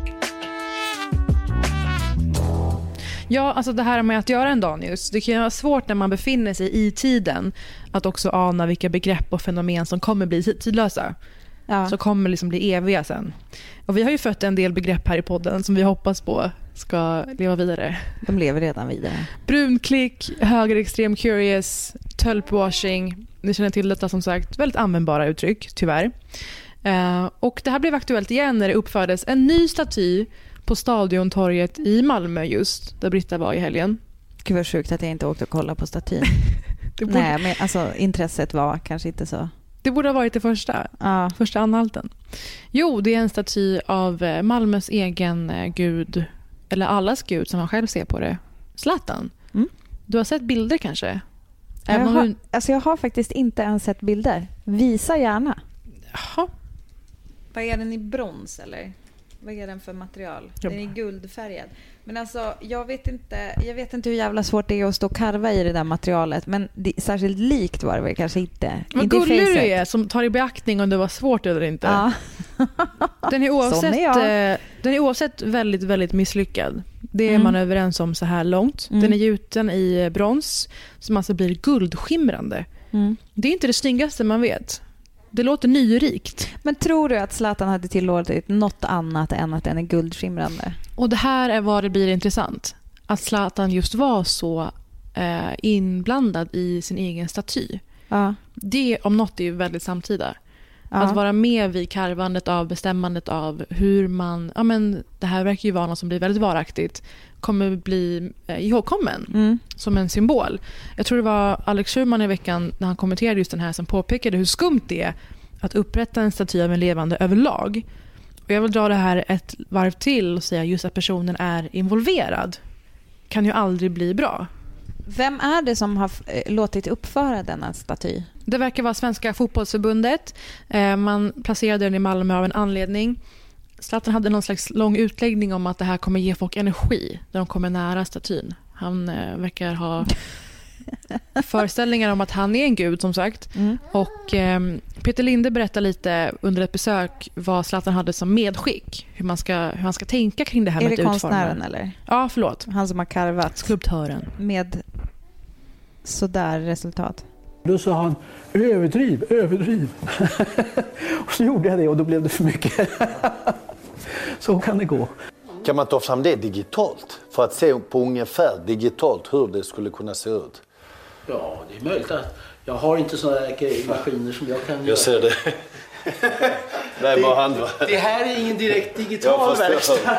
Ja, alltså det här med att göra en Danius, det kan ju vara svårt när man befinner sig i tiden att också ana vilka begrepp och fenomen som kommer bli tidlösa. Ja. Så kommer liksom bli eviga sen. Och vi har ju fött en del begrepp här i podden som vi hoppas på ska leva vidare. De lever redan vidare. Brunklick, högerextrem curious, tölpwashing. Ni känner till detta som sagt. Väldigt användbara uttryck, tyvärr. Och det här blev aktuellt igen när det uppfördes en ny staty på Stadiontorget i Malmö just, där Britta var i helgen. Gud vad sjukt att jag inte åkte och kollade på statyn. Nej, men alltså intresset var kanske inte så. Det borde ha varit det första anhalten. Jo, det är en staty av Malmös egen gud, eller allas gud som han själv ser på det, Zlatan. Du har sett bilder kanske? Jag har faktiskt inte ens sett bilder. Visa gärna. Jaha. Vad är den i brons eller? Vad är den för material? Den är guldfärgad. Men alltså, jag vet inte hur jävla svårt det är att stå och karva i det där materialet. Men särskilt likt var det väl kanske inte. Vad gullig du är som tar i beaktning om det var svårt eller inte. Ja. Den är oavsett väldigt, väldigt misslyckad. Det är man överens om så här långt. Den är gjuten i brons som alltså blir guldskimrande. Det är inte det snyggaste man vet. Det låter nyrikt. Men tror du att Zlatan hade tillåtit något annat än att den är guldskimrande? Och det här är vad det blir intressant. Att Zlatan just var så inblandad i sin egen staty. Ja. Det om något är ju väldigt samtida. Ja. Att vara med vid karvandet av bestämmandet av hur man... Ja, men det här verkar ju vara något som blir väldigt varaktigt. Kommer bli ihågkommen som en symbol. Jag tror det var Alex Schulman i veckan när han kommenterade just den här som påpekade hur skumt det är att upprätta en staty av en levande överlag. Och jag vill dra det här ett varv till och säga just att personen är involverad kan ju aldrig bli bra. Vem är det som har låtit uppföra denna staty? Det verkar vara Svenska fotbollsförbundet. Man placerade den i Malmö av en anledning. Zlatan hade någon slags lång utläggning om att det här kommer ge folk energi när de kommer nära statyn. Han verkar ha föreställningar om att han är en gud, som sagt. Och Peter Linde berättar lite under ett besök vad Zlatan hade som medskick. Hur man ska tänka kring det här med att utforma. Är det konstnären eller? Ja, förlåt. Han som har karvat. Skulptören. Med sådär resultat. Då sa han, överdriv. Och så gjorde jag det och då blev det för mycket. Så kan det gå. Kan man ta fram det digitalt för att se på ungefär digitalt hur det skulle kunna se ut? Ja, det är möjligt att jag har inte sådana maskiner som jag kan. Jag ser det. Det är bara handverk. Det här är ingen direkt digital verkstad.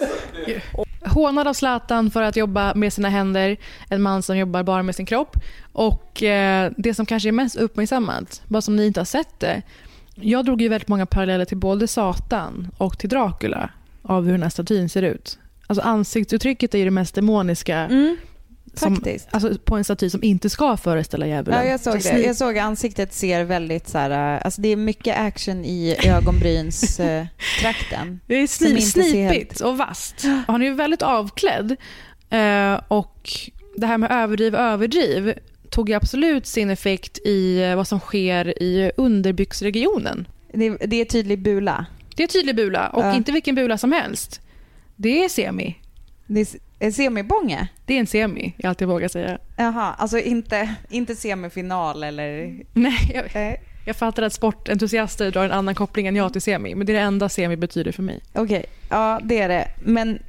Hånad av Zlatan för att jobba med sina händer. En man som jobbar bara med sin kropp. Och det som kanske är mest uppmärksammat, bara som ni inte har sett det. Jag drog ju väldigt många paralleller till både Satan och till Dracula av hur den här statyn ser ut. Alltså ansiktsuttrycket är ju det mest demoniska. Faktiskt. Alltså på en staty som inte ska föreställa djävulen. Ja, jag såg det. Jag såg ansiktet ser väldigt så här, alltså det är mycket action i ögonbryns trakten. Det är snipigt och vasst. Och han är ju väldigt avklädd. Och det här med överdriv tog ju absolut sin effekt i vad som sker i underbyxregionen. Det är tydlig bula. Det är tydlig bula och inte vilken bula som helst. Det är semi. Det är semibånge? Det är en semi, jag alltid vågar säga. Jaha, alltså inte semifinal eller... Nej, jag fattar att sportentusiaster drar en annan koppling än jag till semi. Men det är det enda semi betyder för mig. Okej, ja det är det. Men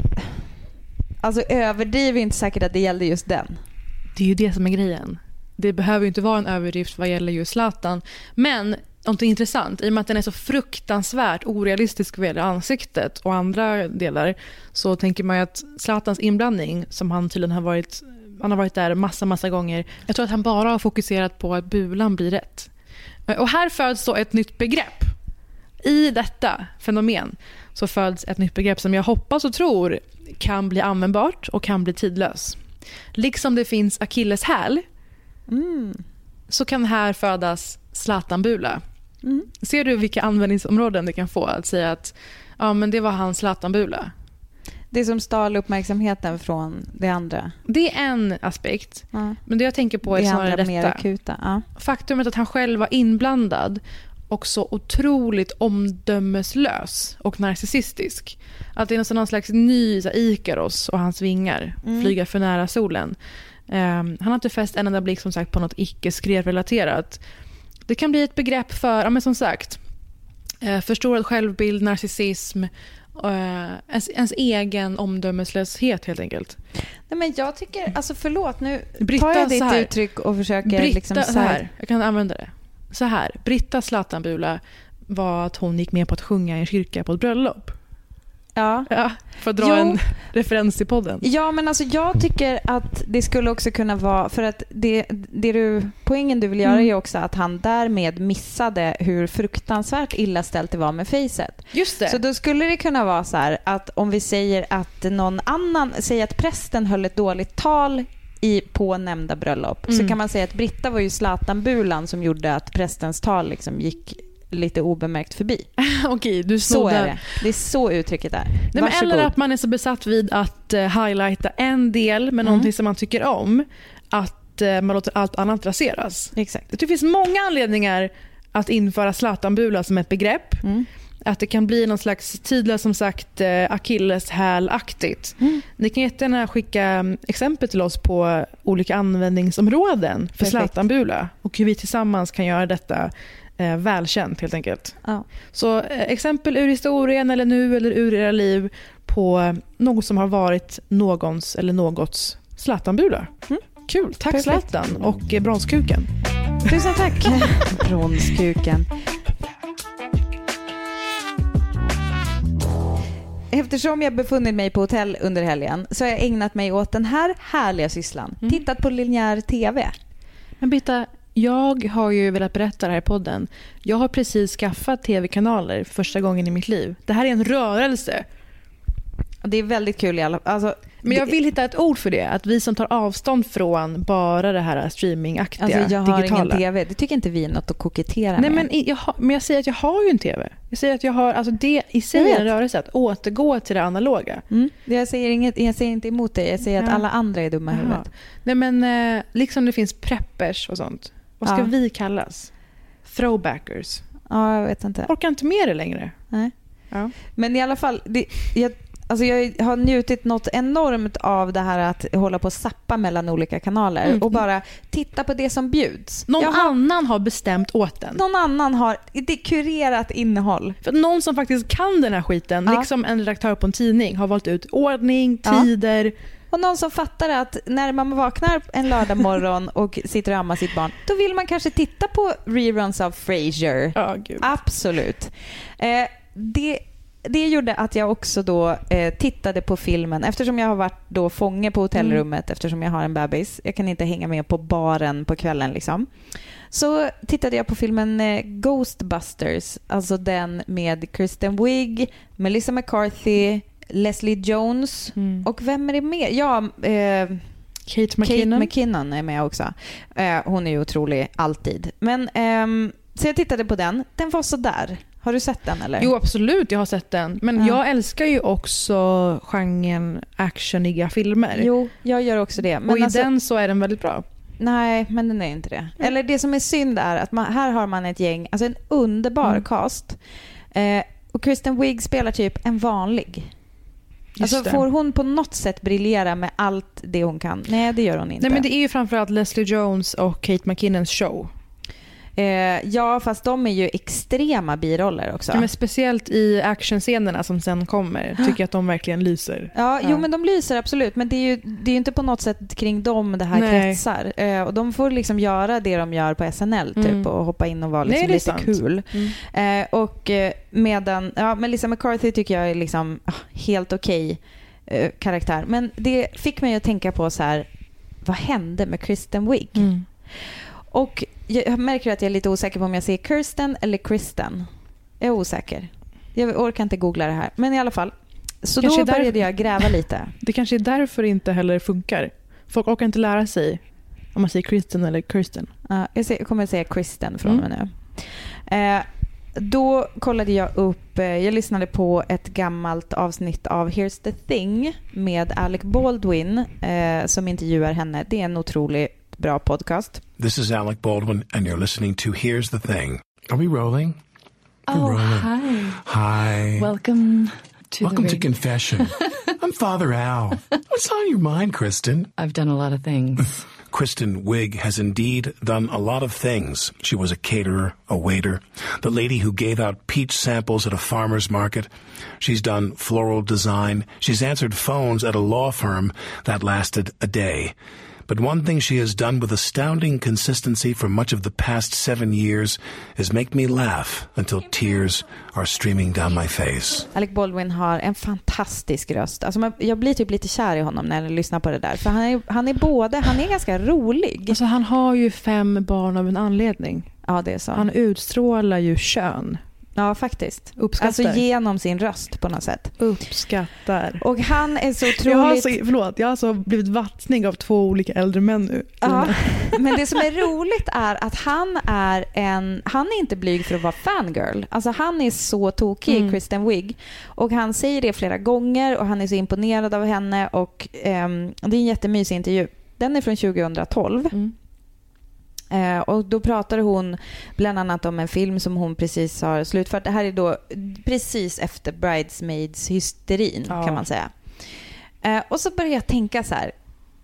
alltså överdriv är inte säkert att det gällde just den. Det är ju det som är grejen. Det behöver ju inte vara en överdrift vad gäller just Zlatan. Men något intressant, i och med att den är så fruktansvärt orealistisk vad gäller ansiktet och andra delar, så tänker man ju att Zlatans inblandning, som han tydligen har varit där massa gånger, jag tror att han bara har fokuserat på att bulan blir rätt. Och här föds så ett nytt begrepp. I detta fenomen så föds ett nytt begrepp som jag hoppas och tror kan bli användbart och kan bli tidlös. Liksom det finns akilleshäl så kan här födas Zlatan-bula. Ser du vilka användningsområden det kan få att säga att men det var hans Zlatan-bula? Det som stal uppmärksamheten från det andra. Det är en aspekt. Men det jag tänker på är snarare detta. Mer akuta. Faktumet att han själv var inblandad och så otroligt omdömeslös och narcissistisk. Att det är någon slags ny Ikaros och hans vingar flyga för nära solen. Han har inte fäst en enda blick som sagt på något icke-skrevrelaterat. Det kan bli ett begrepp för, men som sagt, förstorad självbild, narcissism, ens egen omdömeslöshet helt enkelt. Nej, men jag tycker, alltså förlåt, nu Britta, tar jag ditt uttryck och försöker Britta, liksom så här. Jag kan använda det. Så här, Britta Zlatan-bula var att hon gick med på att sjunga i en kyrka på ett bröllop. Ja, för att dra en referens i podden. Ja, men alltså jag tycker att det skulle också kunna vara, för att poängen du vill göra är också att han därmed missade hur fruktansvärt illa ställt det var med facet. Just det. Så då skulle det kunna vara så här att om vi säger att någon annan, säger att prästen höll ett dåligt tal på nämnda bröllop, så kan man säga att Britta var ju Zlatan-bulan som gjorde att prästens tal liksom gick lite obemärkt förbi. Okej, du så är det. Det är så uttrycket är. Nej, men eller att man är så besatt vid att highlighta en del med någonting som man tycker om, att man låter allt annat raseras. Exakt. Det finns många anledningar att införa Zlatan-bula som ett begrepp. Att det kan bli någon slags tidlös, som sagt, akilleshäl-aktigt. Ni kan jättegärna skicka exempel till oss på olika användningsområden för Zlatan-bula och hur vi tillsammans kan göra detta välkänt helt enkelt. Ja. Så exempel ur historien eller nu eller ur era liv på något som har varit någons eller någots Zlatan-bula. Kul, tack Zlatan och bronskuken. Tusen tack. Bronskuken. Eftersom jag befunnit mig på hotell under helgen så har jag ägnat mig åt den här härliga sysslan. Tittat på linjär tv. Men Britta, jag har ju velat berätta det här i podden. Jag har precis skaffat tv-kanaler för första gången i mitt liv. Det här är en rörelse. Det är väldigt kul i alla fall. Alltså, men jag vill hitta ett ord för det. Att vi som tar avstånd från bara det här streamingaktiga, alltså jag har digitala. ingen tv. Det tycker inte vi är något att kokettera Nej, med. Men jag säger att jag har ju en tv. Jag säger att jag har, alltså det i sig är en rörelse att återgå till det analoga. Jag säger inte emot dig. Jag säger att alla andra är dumma i huvudet. Nej, men liksom det finns preppers och sånt. Vad ska vi kallas? Throwbackers. Ja, jag vet inte. Orkar inte med det längre. Nej. Ja. Men i alla fall, jag har njutit något enormt av det här att hålla på och zappa mellan olika kanaler och bara titta på det som bjuds. Någon annan har bestämt åt den. Någon annan har det kurerat innehåll. För någon som faktiskt kan den här skiten, liksom en redaktör på en tidning, har valt ut ordning, tider. Och någon som fattar att när man vaknar en lördag morgon och sitter och ammar sitt barn, då vill man kanske titta på reruns av Frasier. Absolut. Det gjorde att jag också då tittade på filmen, eftersom jag har varit då fånge på hotellrummet, eftersom jag har en bebis. Jag kan inte hänga med på baren på kvällen liksom. Så tittade jag på filmen Ghostbusters, alltså den med Kristen Wiig, Melissa McCarthy, Leslie Jones och vem är det med? Ja, Kate McKinnon är med också. Hon är ju otrolig alltid. Men så jag tittade på den. Den var så där. Har du sett den eller? Jo, absolut, jag har sett den. Men jag älskar ju också genren actioniga filmer. Jo, jag gör också det. Men och i den så är den väldigt bra. Nej, men den är inte det. Eller det som är synd är att här har man ett gäng, alltså en underbar cast. Och Kristen Wiig spelar typ en vanlig. Alltså får hon på något sätt briljera med allt det hon kan? Nej, det gör hon inte. Nej, men det är ju framförallt Leslie Jones och Kate McKinnons show. Ja, fast de är ju extrema biroller också. Ja, men speciellt i actionscenerna som sen kommer tycker jag att de verkligen lyser. Ja, jo, men de lyser absolut. Men det är ju inte på något sätt kring dem det här kretsar. Och de får liksom göra det de gör på SNL typ, och hoppa in och vara liksom lite kul. Och medan Melissa McCarthy tycker jag är liksom helt okej karaktär. Men det fick mig att tänka på så här, vad hände med Kristen Wiig? Och jag märker att jag är lite osäker på om jag säger Kirsten eller Kristen. Jag är osäker. Jag orkar inte googla det här. Men i alla fall. Så kanske då började jag gräva lite. Det kanske är därför det inte heller funkar. Folk orkar inte lära sig om man säger Kristen eller Kirsten. Jag kommer att säga Kristen från mig nu. Då kollade jag upp, jag lyssnade på ett gammalt avsnitt av Here's the Thing med Alec Baldwin som intervjuar henne. Det är en otroligt bra podcast. This is Alec Baldwin and you're listening to Here's the Thing. Are we rolling? Hi. Hi. Welcome to Confession. I'm Father Al. What's on your mind, Kristen? I've done a lot of things. Kristen Wiig has indeed done a lot of things. She was a caterer, a waiter, the lady who gave out peach samples at a farmer's market. She's done floral design. She's answered phones at a law firm that lasted a day. But one thing she has done with astounding consistency for much of the past 7 years is make me laugh until tears are streaming down my face. Alec Baldwin har en fantastisk röst. Alltså jag blir typ lite kär i honom när jag lyssnar på det där. För han är ganska rolig. Alltså han har ju 5 barn av en anledning. Ja, det är så. Han utstrålar ju kön. Ja, faktiskt. Uppskattar. Alltså genom sin röst på något sätt. Uppskattar. Och han är så otroligt... Jag har alltså blivit vattning av 2 olika äldre män nu. Ja, men det som är roligt är att han är inte blyg för att vara fangirl. Alltså han är så tokig, Kristen Wiig. Och han säger det flera gånger och han är så imponerad av henne. Och det är en jättemysig intervju. Den är från 2012. Och då pratade hon bland annat om en film som hon precis har slutfört. Det här är då precis efter Bridesmaids-hysterin kan man säga. Och så började jag tänka så här.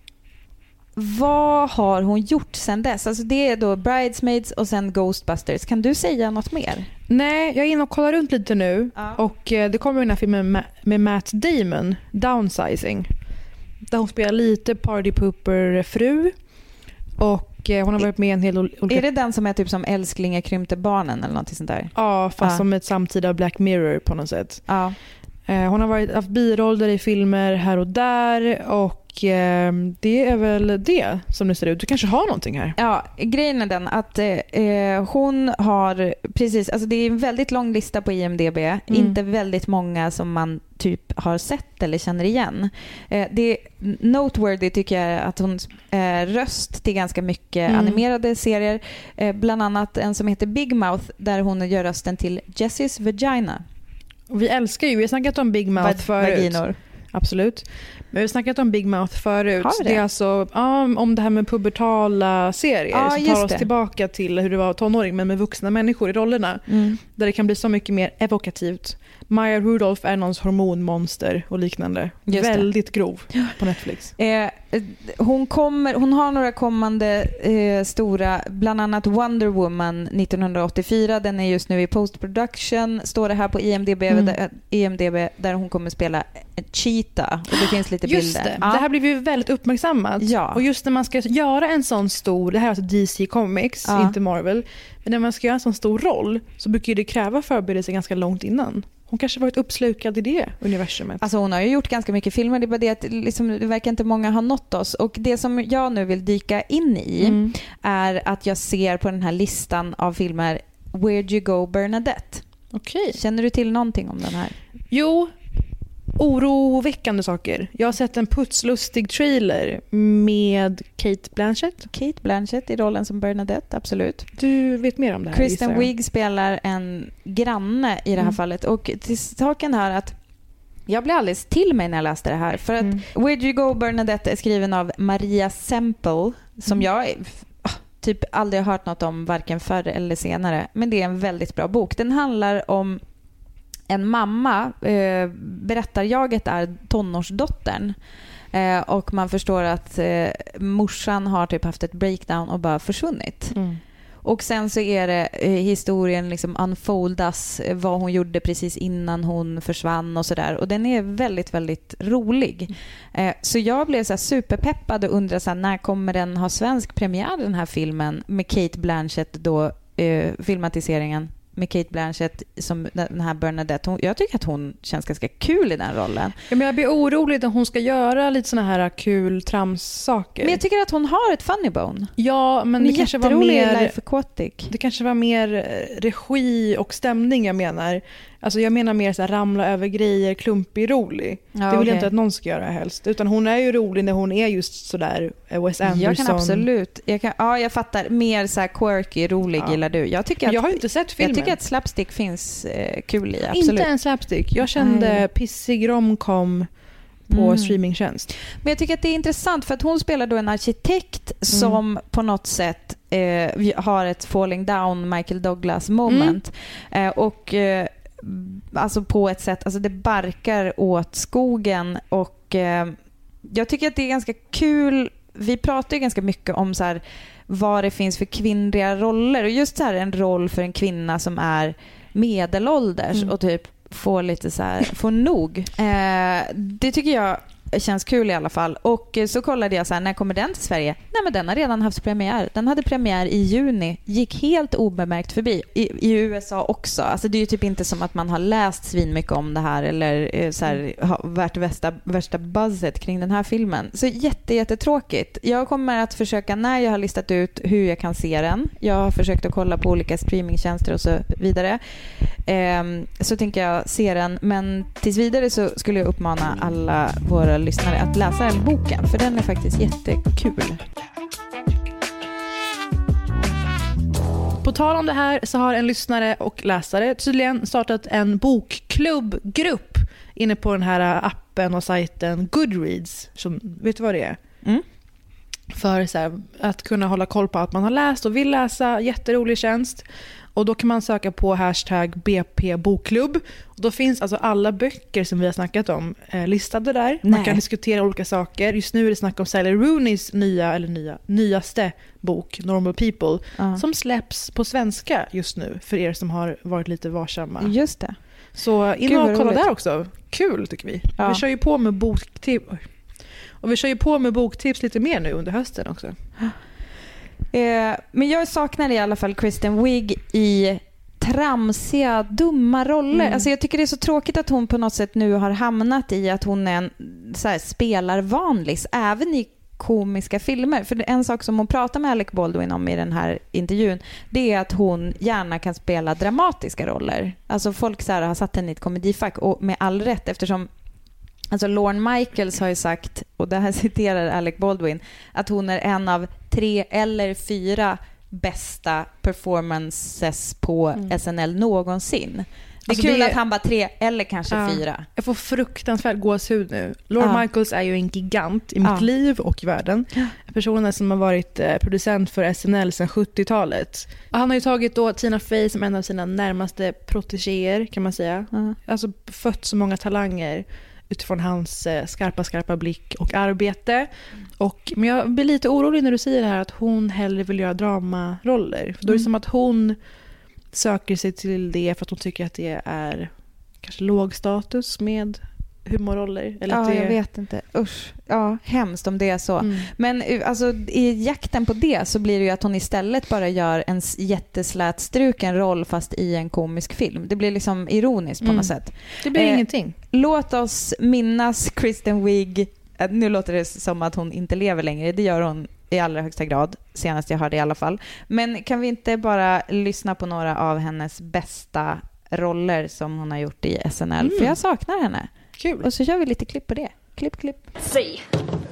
Vad har hon gjort sen dess? Alltså det är då Bridesmaids och sen Ghostbusters. Kan du säga något mer? Nej, jag är inne och kollar runt lite nu. Och det kommer den här filmen med Matt Damon, Downsizing. Där hon spelar lite partypooper-fru. Och hon har varit med en hel olika... Är det den som är typ som Älsklingar krympte barnen eller något sånt där? Ja, fast som ett samtida Black Mirror på något sätt. Ja. Hon har haft biroller i filmer här och där och det är väl det som det ser ut. Du kanske har någonting här. Ja, grejen är den att hon har precis, alltså det är en väldigt lång lista på IMDb. Inte väldigt många som man typ har sett eller känner igen. Det är noteworthy tycker jag att hon röst till ganska mycket animerade serier. Bland annat en som heter Big Mouth där hon gör rösten till Jessys vagina. Och vi älskar ju, vi har snackat om Big Mouth förut. Vaginor. Absolut. Men vi har snackat om Big Mouth förut. Det är alltså om det här med pubertala serier som tar oss tillbaka till hur det var tonåring men med vuxna människor i rollerna. Där det kan bli så mycket mer evokativt. Maya Rudolph är någons hormonmonster och liknande. Väldigt grov på Netflix. Hon har några kommande stora, bland annat Wonder Woman 1984. Den är just nu i post-production. Står det här på IMDb där hon kommer spela Cheetah. Och det finns lite bilder. Det här blir ju väldigt uppmärksammat. Ja. Och just när man ska göra en sån stor, det här är alltså DC Comics, inte Marvel. Men när man ska göra en sån stor roll så brukar det kräva förberedelse ganska långt innan. Hon kanske varit uppslukad i det universumet. Alltså hon har ju gjort ganska mycket filmer. Det är bara det att liksom, det verkar inte många ha nått oss. Och det som jag nu vill dyka in i är att jag ser på den här listan av filmer Where'd You Go Bernadette. Okej. Känner du till någonting om den här? Jo, oroväckande saker. Jag har sett en putslustig trailer med Cate Blanchett i rollen som Bernadette, absolut. Du vet mer om det här. Kristen Wiig spelar en granne i det här fallet. Och till saken här att jag blev alldeles till mig när jag läste det här. För att Where'd You Go Bernadette är skriven av Maria Semple som jag typ aldrig har hört något om varken förr eller senare. Men det är en väldigt bra bok. Den handlar om en mamma, berättarjaget är tonårsdottern och man förstår att morsan har typ haft ett breakdown och bara försvunnit. Och sen så är det historien liksom unfoldas vad hon gjorde precis innan hon försvann och sådär. Och den är väldigt, väldigt rolig. Så jag blev så här superpeppad och undrade så här, när kommer den ha svensk premiär den här filmen med Cate Blanchett då, filmatiseringen med Cate Blanchett som den här Bernadette. Jag tycker att hon känns ganska kul i den rollen. Ja, men jag blir orolig att hon ska göra lite såna här kul tramssaker. Men jag tycker att hon har ett funny bone. Ja, men det kanske var mer Life Aquatic. Det kanske var mer regi och stämning jag menar. Alltså jag menar mer så här, ramla över grejer, klumpig, rolig. Ja, det vill jag inte att någon ska göra helst. Utan hon är ju rolig när hon är just så där Wes Anderson. Jag kan absolut. Jag fattar. Mer så här quirky, rolig gillar du. Jag har ju inte sett filmen. Jag tycker att slapstick finns kul i, absolut. Inte en slapstick. Jag kände pissig romcom på streamingtjänst. Men jag tycker att det är intressant för att hon spelar då en arkitekt som på något sätt har ett falling down Michael Douglas moment. Och alltså på ett sätt, alltså det barkar åt skogen och jag tycker att det är ganska kul. Vi pratar ju ganska mycket om så här, vad det finns för kvinnliga roller och just så här en roll för en kvinna som är medelålders och typ får lite så här, får nog. Det tycker jag känns kul i alla fall. Och så kollade jag så här, när kommer den till Sverige? Nej, men den har redan haft premiär. Den hade premiär i juni. Gick helt obemärkt förbi. I USA också. Alltså det är ju typ inte som att man har läst svin mycket om det här eller så här, har varit värsta buzzet kring den här filmen. Så jättetråkigt. Jag kommer att försöka, när jag har listat ut hur jag kan se den. Jag har försökt att kolla på olika streamingtjänster och så vidare. Så tänker jag se den. Men tills vidare så skulle jag uppmana alla våra lyssnare att läsa den boken, för den är faktiskt jättekul. På tal om det här så har en lyssnare och läsare tydligen startat en bokklubbgrupp inne på den här appen och sajten Goodreads. Som, vet du vad det är? För så här, att kunna hålla koll på att man har läst och vill läsa. Jätterolig tjänst. Och då kan man söka på hashtag BP bokklubb. Och då finns alltså alla böcker som vi har snackat om listade där. Man kan diskutera olika saker. Just nu är det snack om Sally Rooneys nyaste bok, Normal People, som släpps på svenska just nu för er som har varit lite varsamma. Just det. Så in och kolla där också. Kul tycker vi. Ja. Vi kör ju på med boktips. Och vi kör ju på med boktips lite mer nu under hösten också. Men jag saknar i alla fall Kristen Wiig i tramsiga, dumma roller. Mm. Alltså jag tycker det är så tråkigt att hon på något sätt nu har hamnat i att hon är en så här, spelar vanlis även i komiska filmer. För en sak som hon pratar med Alec Baldwin om i den här intervjun, det är att hon gärna kan spela dramatiska roller. Alltså folk så här, har satt henne i ett komedifack, och med all rätt, eftersom alltså Lorne Michaels har ju sagt, och det här citerar Alec Baldwin, att hon är en av 3 eller 4 bästa performances på SNL någonsin. Det är alltså kul att han bara 3 eller kanske 4. Jag får fruktansvärt gåshud nu. Lorne Michaels är ju en gigant i mitt liv och i världen. Personen som har varit producent för SNL sedan 70-talet. Han har ju tagit då Tina Fey som en av sina närmaste protegéer, kan man säga. Alltså fött så många talanger utifrån hans skarpa blick och arbete. Men jag blir lite orolig när du säger det här att hon hellre vill göra dramaroller. För då är det som att hon söker sig till det för att hon tycker att det är kanske låg status med humorroller. Eller att jag vet inte. Usch. Ja, hemskt om det är så. Men alltså, i jakten på det så blir det ju att hon istället bara gör en jätteslätstruken roll fast i en komisk film. Det blir liksom ironiskt på något sätt. Det blir ingenting. Låt oss minnas Kristen Wiig. Nu låter det som att hon inte lever längre. Det gör hon i allra högsta grad, senast jag hörde i alla fall. Men kan vi inte bara lyssna på några av hennes bästa roller som hon har gjort i SNL? För jag saknar henne. Kul. Och så kör vi lite klipp på det. Klipp. See.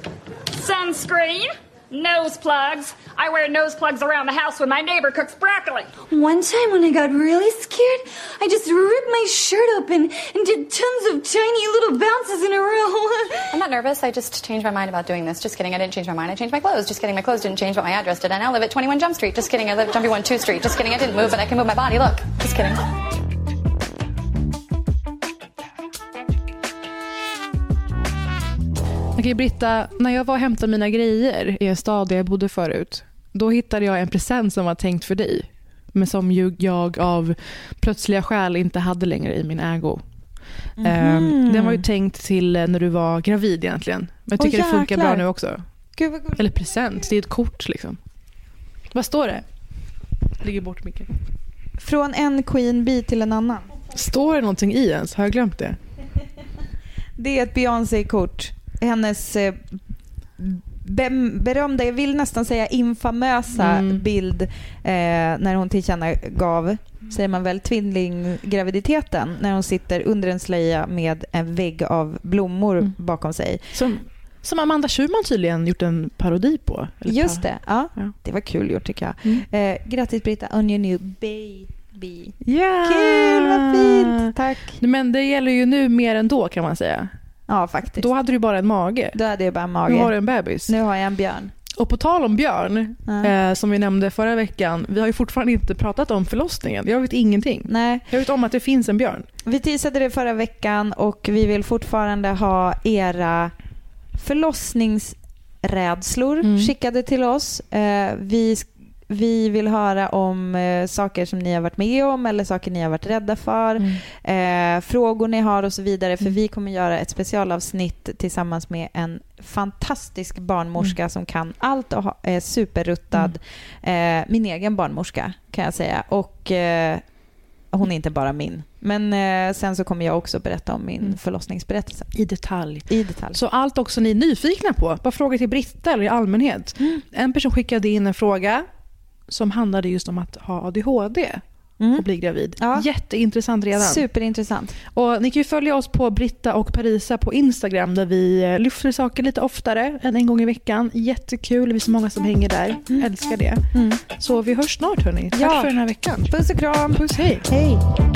Sunscreen, nose plugs. I wear nose plugs around the house when my neighbor cooks broccoli. One time when I got really scared, I just ripped my shirt open and did tons of tiny little bounces in a row. I'm not nervous. I just changed my mind about doing this. Just kidding. I didn't change my mind. I changed my clothes. Just kidding. My clothes didn't change what my address did. I now live at 21 Jump Street. Just kidding. I live at 21 2 Street. Just kidding. I didn't move, but I can move my body. Look. Just kidding. Okej, Britta, när jag var och hämtade mina grejer i en stad där jag bodde förut, då hittade jag en present som var tänkt för dig, men som jag av plötsliga skäl inte hade längre i min ägo. Den var ju tänkt till när du var gravid egentligen. Men jag tycker det funkar bra nu också. Gud, vad gulligt. Eller present, det är ett kort liksom. Vad står det? Ligger bort mycket. Från en queen bee till en annan. Står det någonting i ens? Har jag glömt det? Det är ett Beyoncé-kort. Hennes berömda, jag vill nästan säga infamösa bild när hon tillkännagav, säger man väl, tvillinggraviditeten, när hon sitter under en slöja med en vägg av blommor bakom sig. Som Amanda Schurman tydligen gjort en parodi på. Just det, ja. Det var kul gjort tycker jag. Grattis Britta on your new baby. Yeah. Kul, vad fint. Tack. Men det gäller ju nu mer än då, kan man säga. Ja, faktiskt. Då hade du bara en mage. Då hade jag bara en mage. Nu har du en bebis. Nu har jag en björn. Och på tal om björn, som vi nämnde förra veckan, vi har ju fortfarande inte pratat om förlossningen. Jag vet ingenting. Nej. Jag vet om att det finns en björn. Vi teasade det förra veckan och vi vill fortfarande ha era förlossningsrädslor skickade till oss. Vi vill höra om saker som ni har varit med om eller saker ni har varit rädda för. Frågor ni har och så vidare. För vi kommer göra ett specialavsnitt tillsammans med en fantastisk barnmorska som kan allt och är superruttad. Min egen barnmorska kan jag säga. Och hon är inte bara min. Men sen så kommer jag också berätta om min förlossningsberättelse. I detalj. Så allt också ni är nyfikna på. Bara fråga till Britta eller i allmänhet. En person skickade in en fråga som handlade just om att ha ADHD och bli gravid. Ja. Jätteintressant redan. Superintressant. Och ni kan ju följa oss på Britta och Parisa på Instagram där vi lyfter saker lite oftare än en gång i veckan. Jättekul, vi är så många som hänger där. Älskar det. Så vi hörs snart hörni. Tack för den här veckan. Puss och kram. Puss, hej. Hej.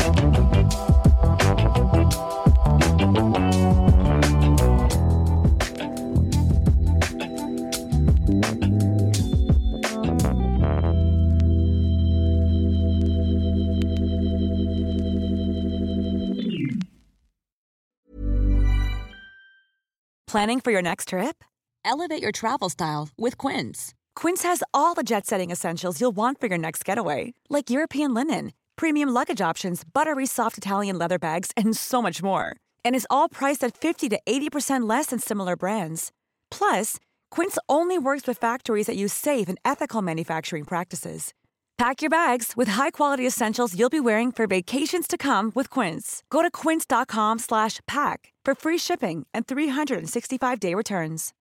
Planning for your next trip? Elevate your travel style with Quince. Quince has all the jet-setting essentials you'll want for your next getaway, like European linen, premium luggage options, buttery soft Italian leather bags, and so much more. And is all priced at 50 to 80% less than similar brands. Plus, Quince only works with factories that use safe and ethical manufacturing practices. Pack your bags with high-quality essentials you'll be wearing for vacations to come with Quince. Go to quince.com/pack for free shipping and 365-day returns.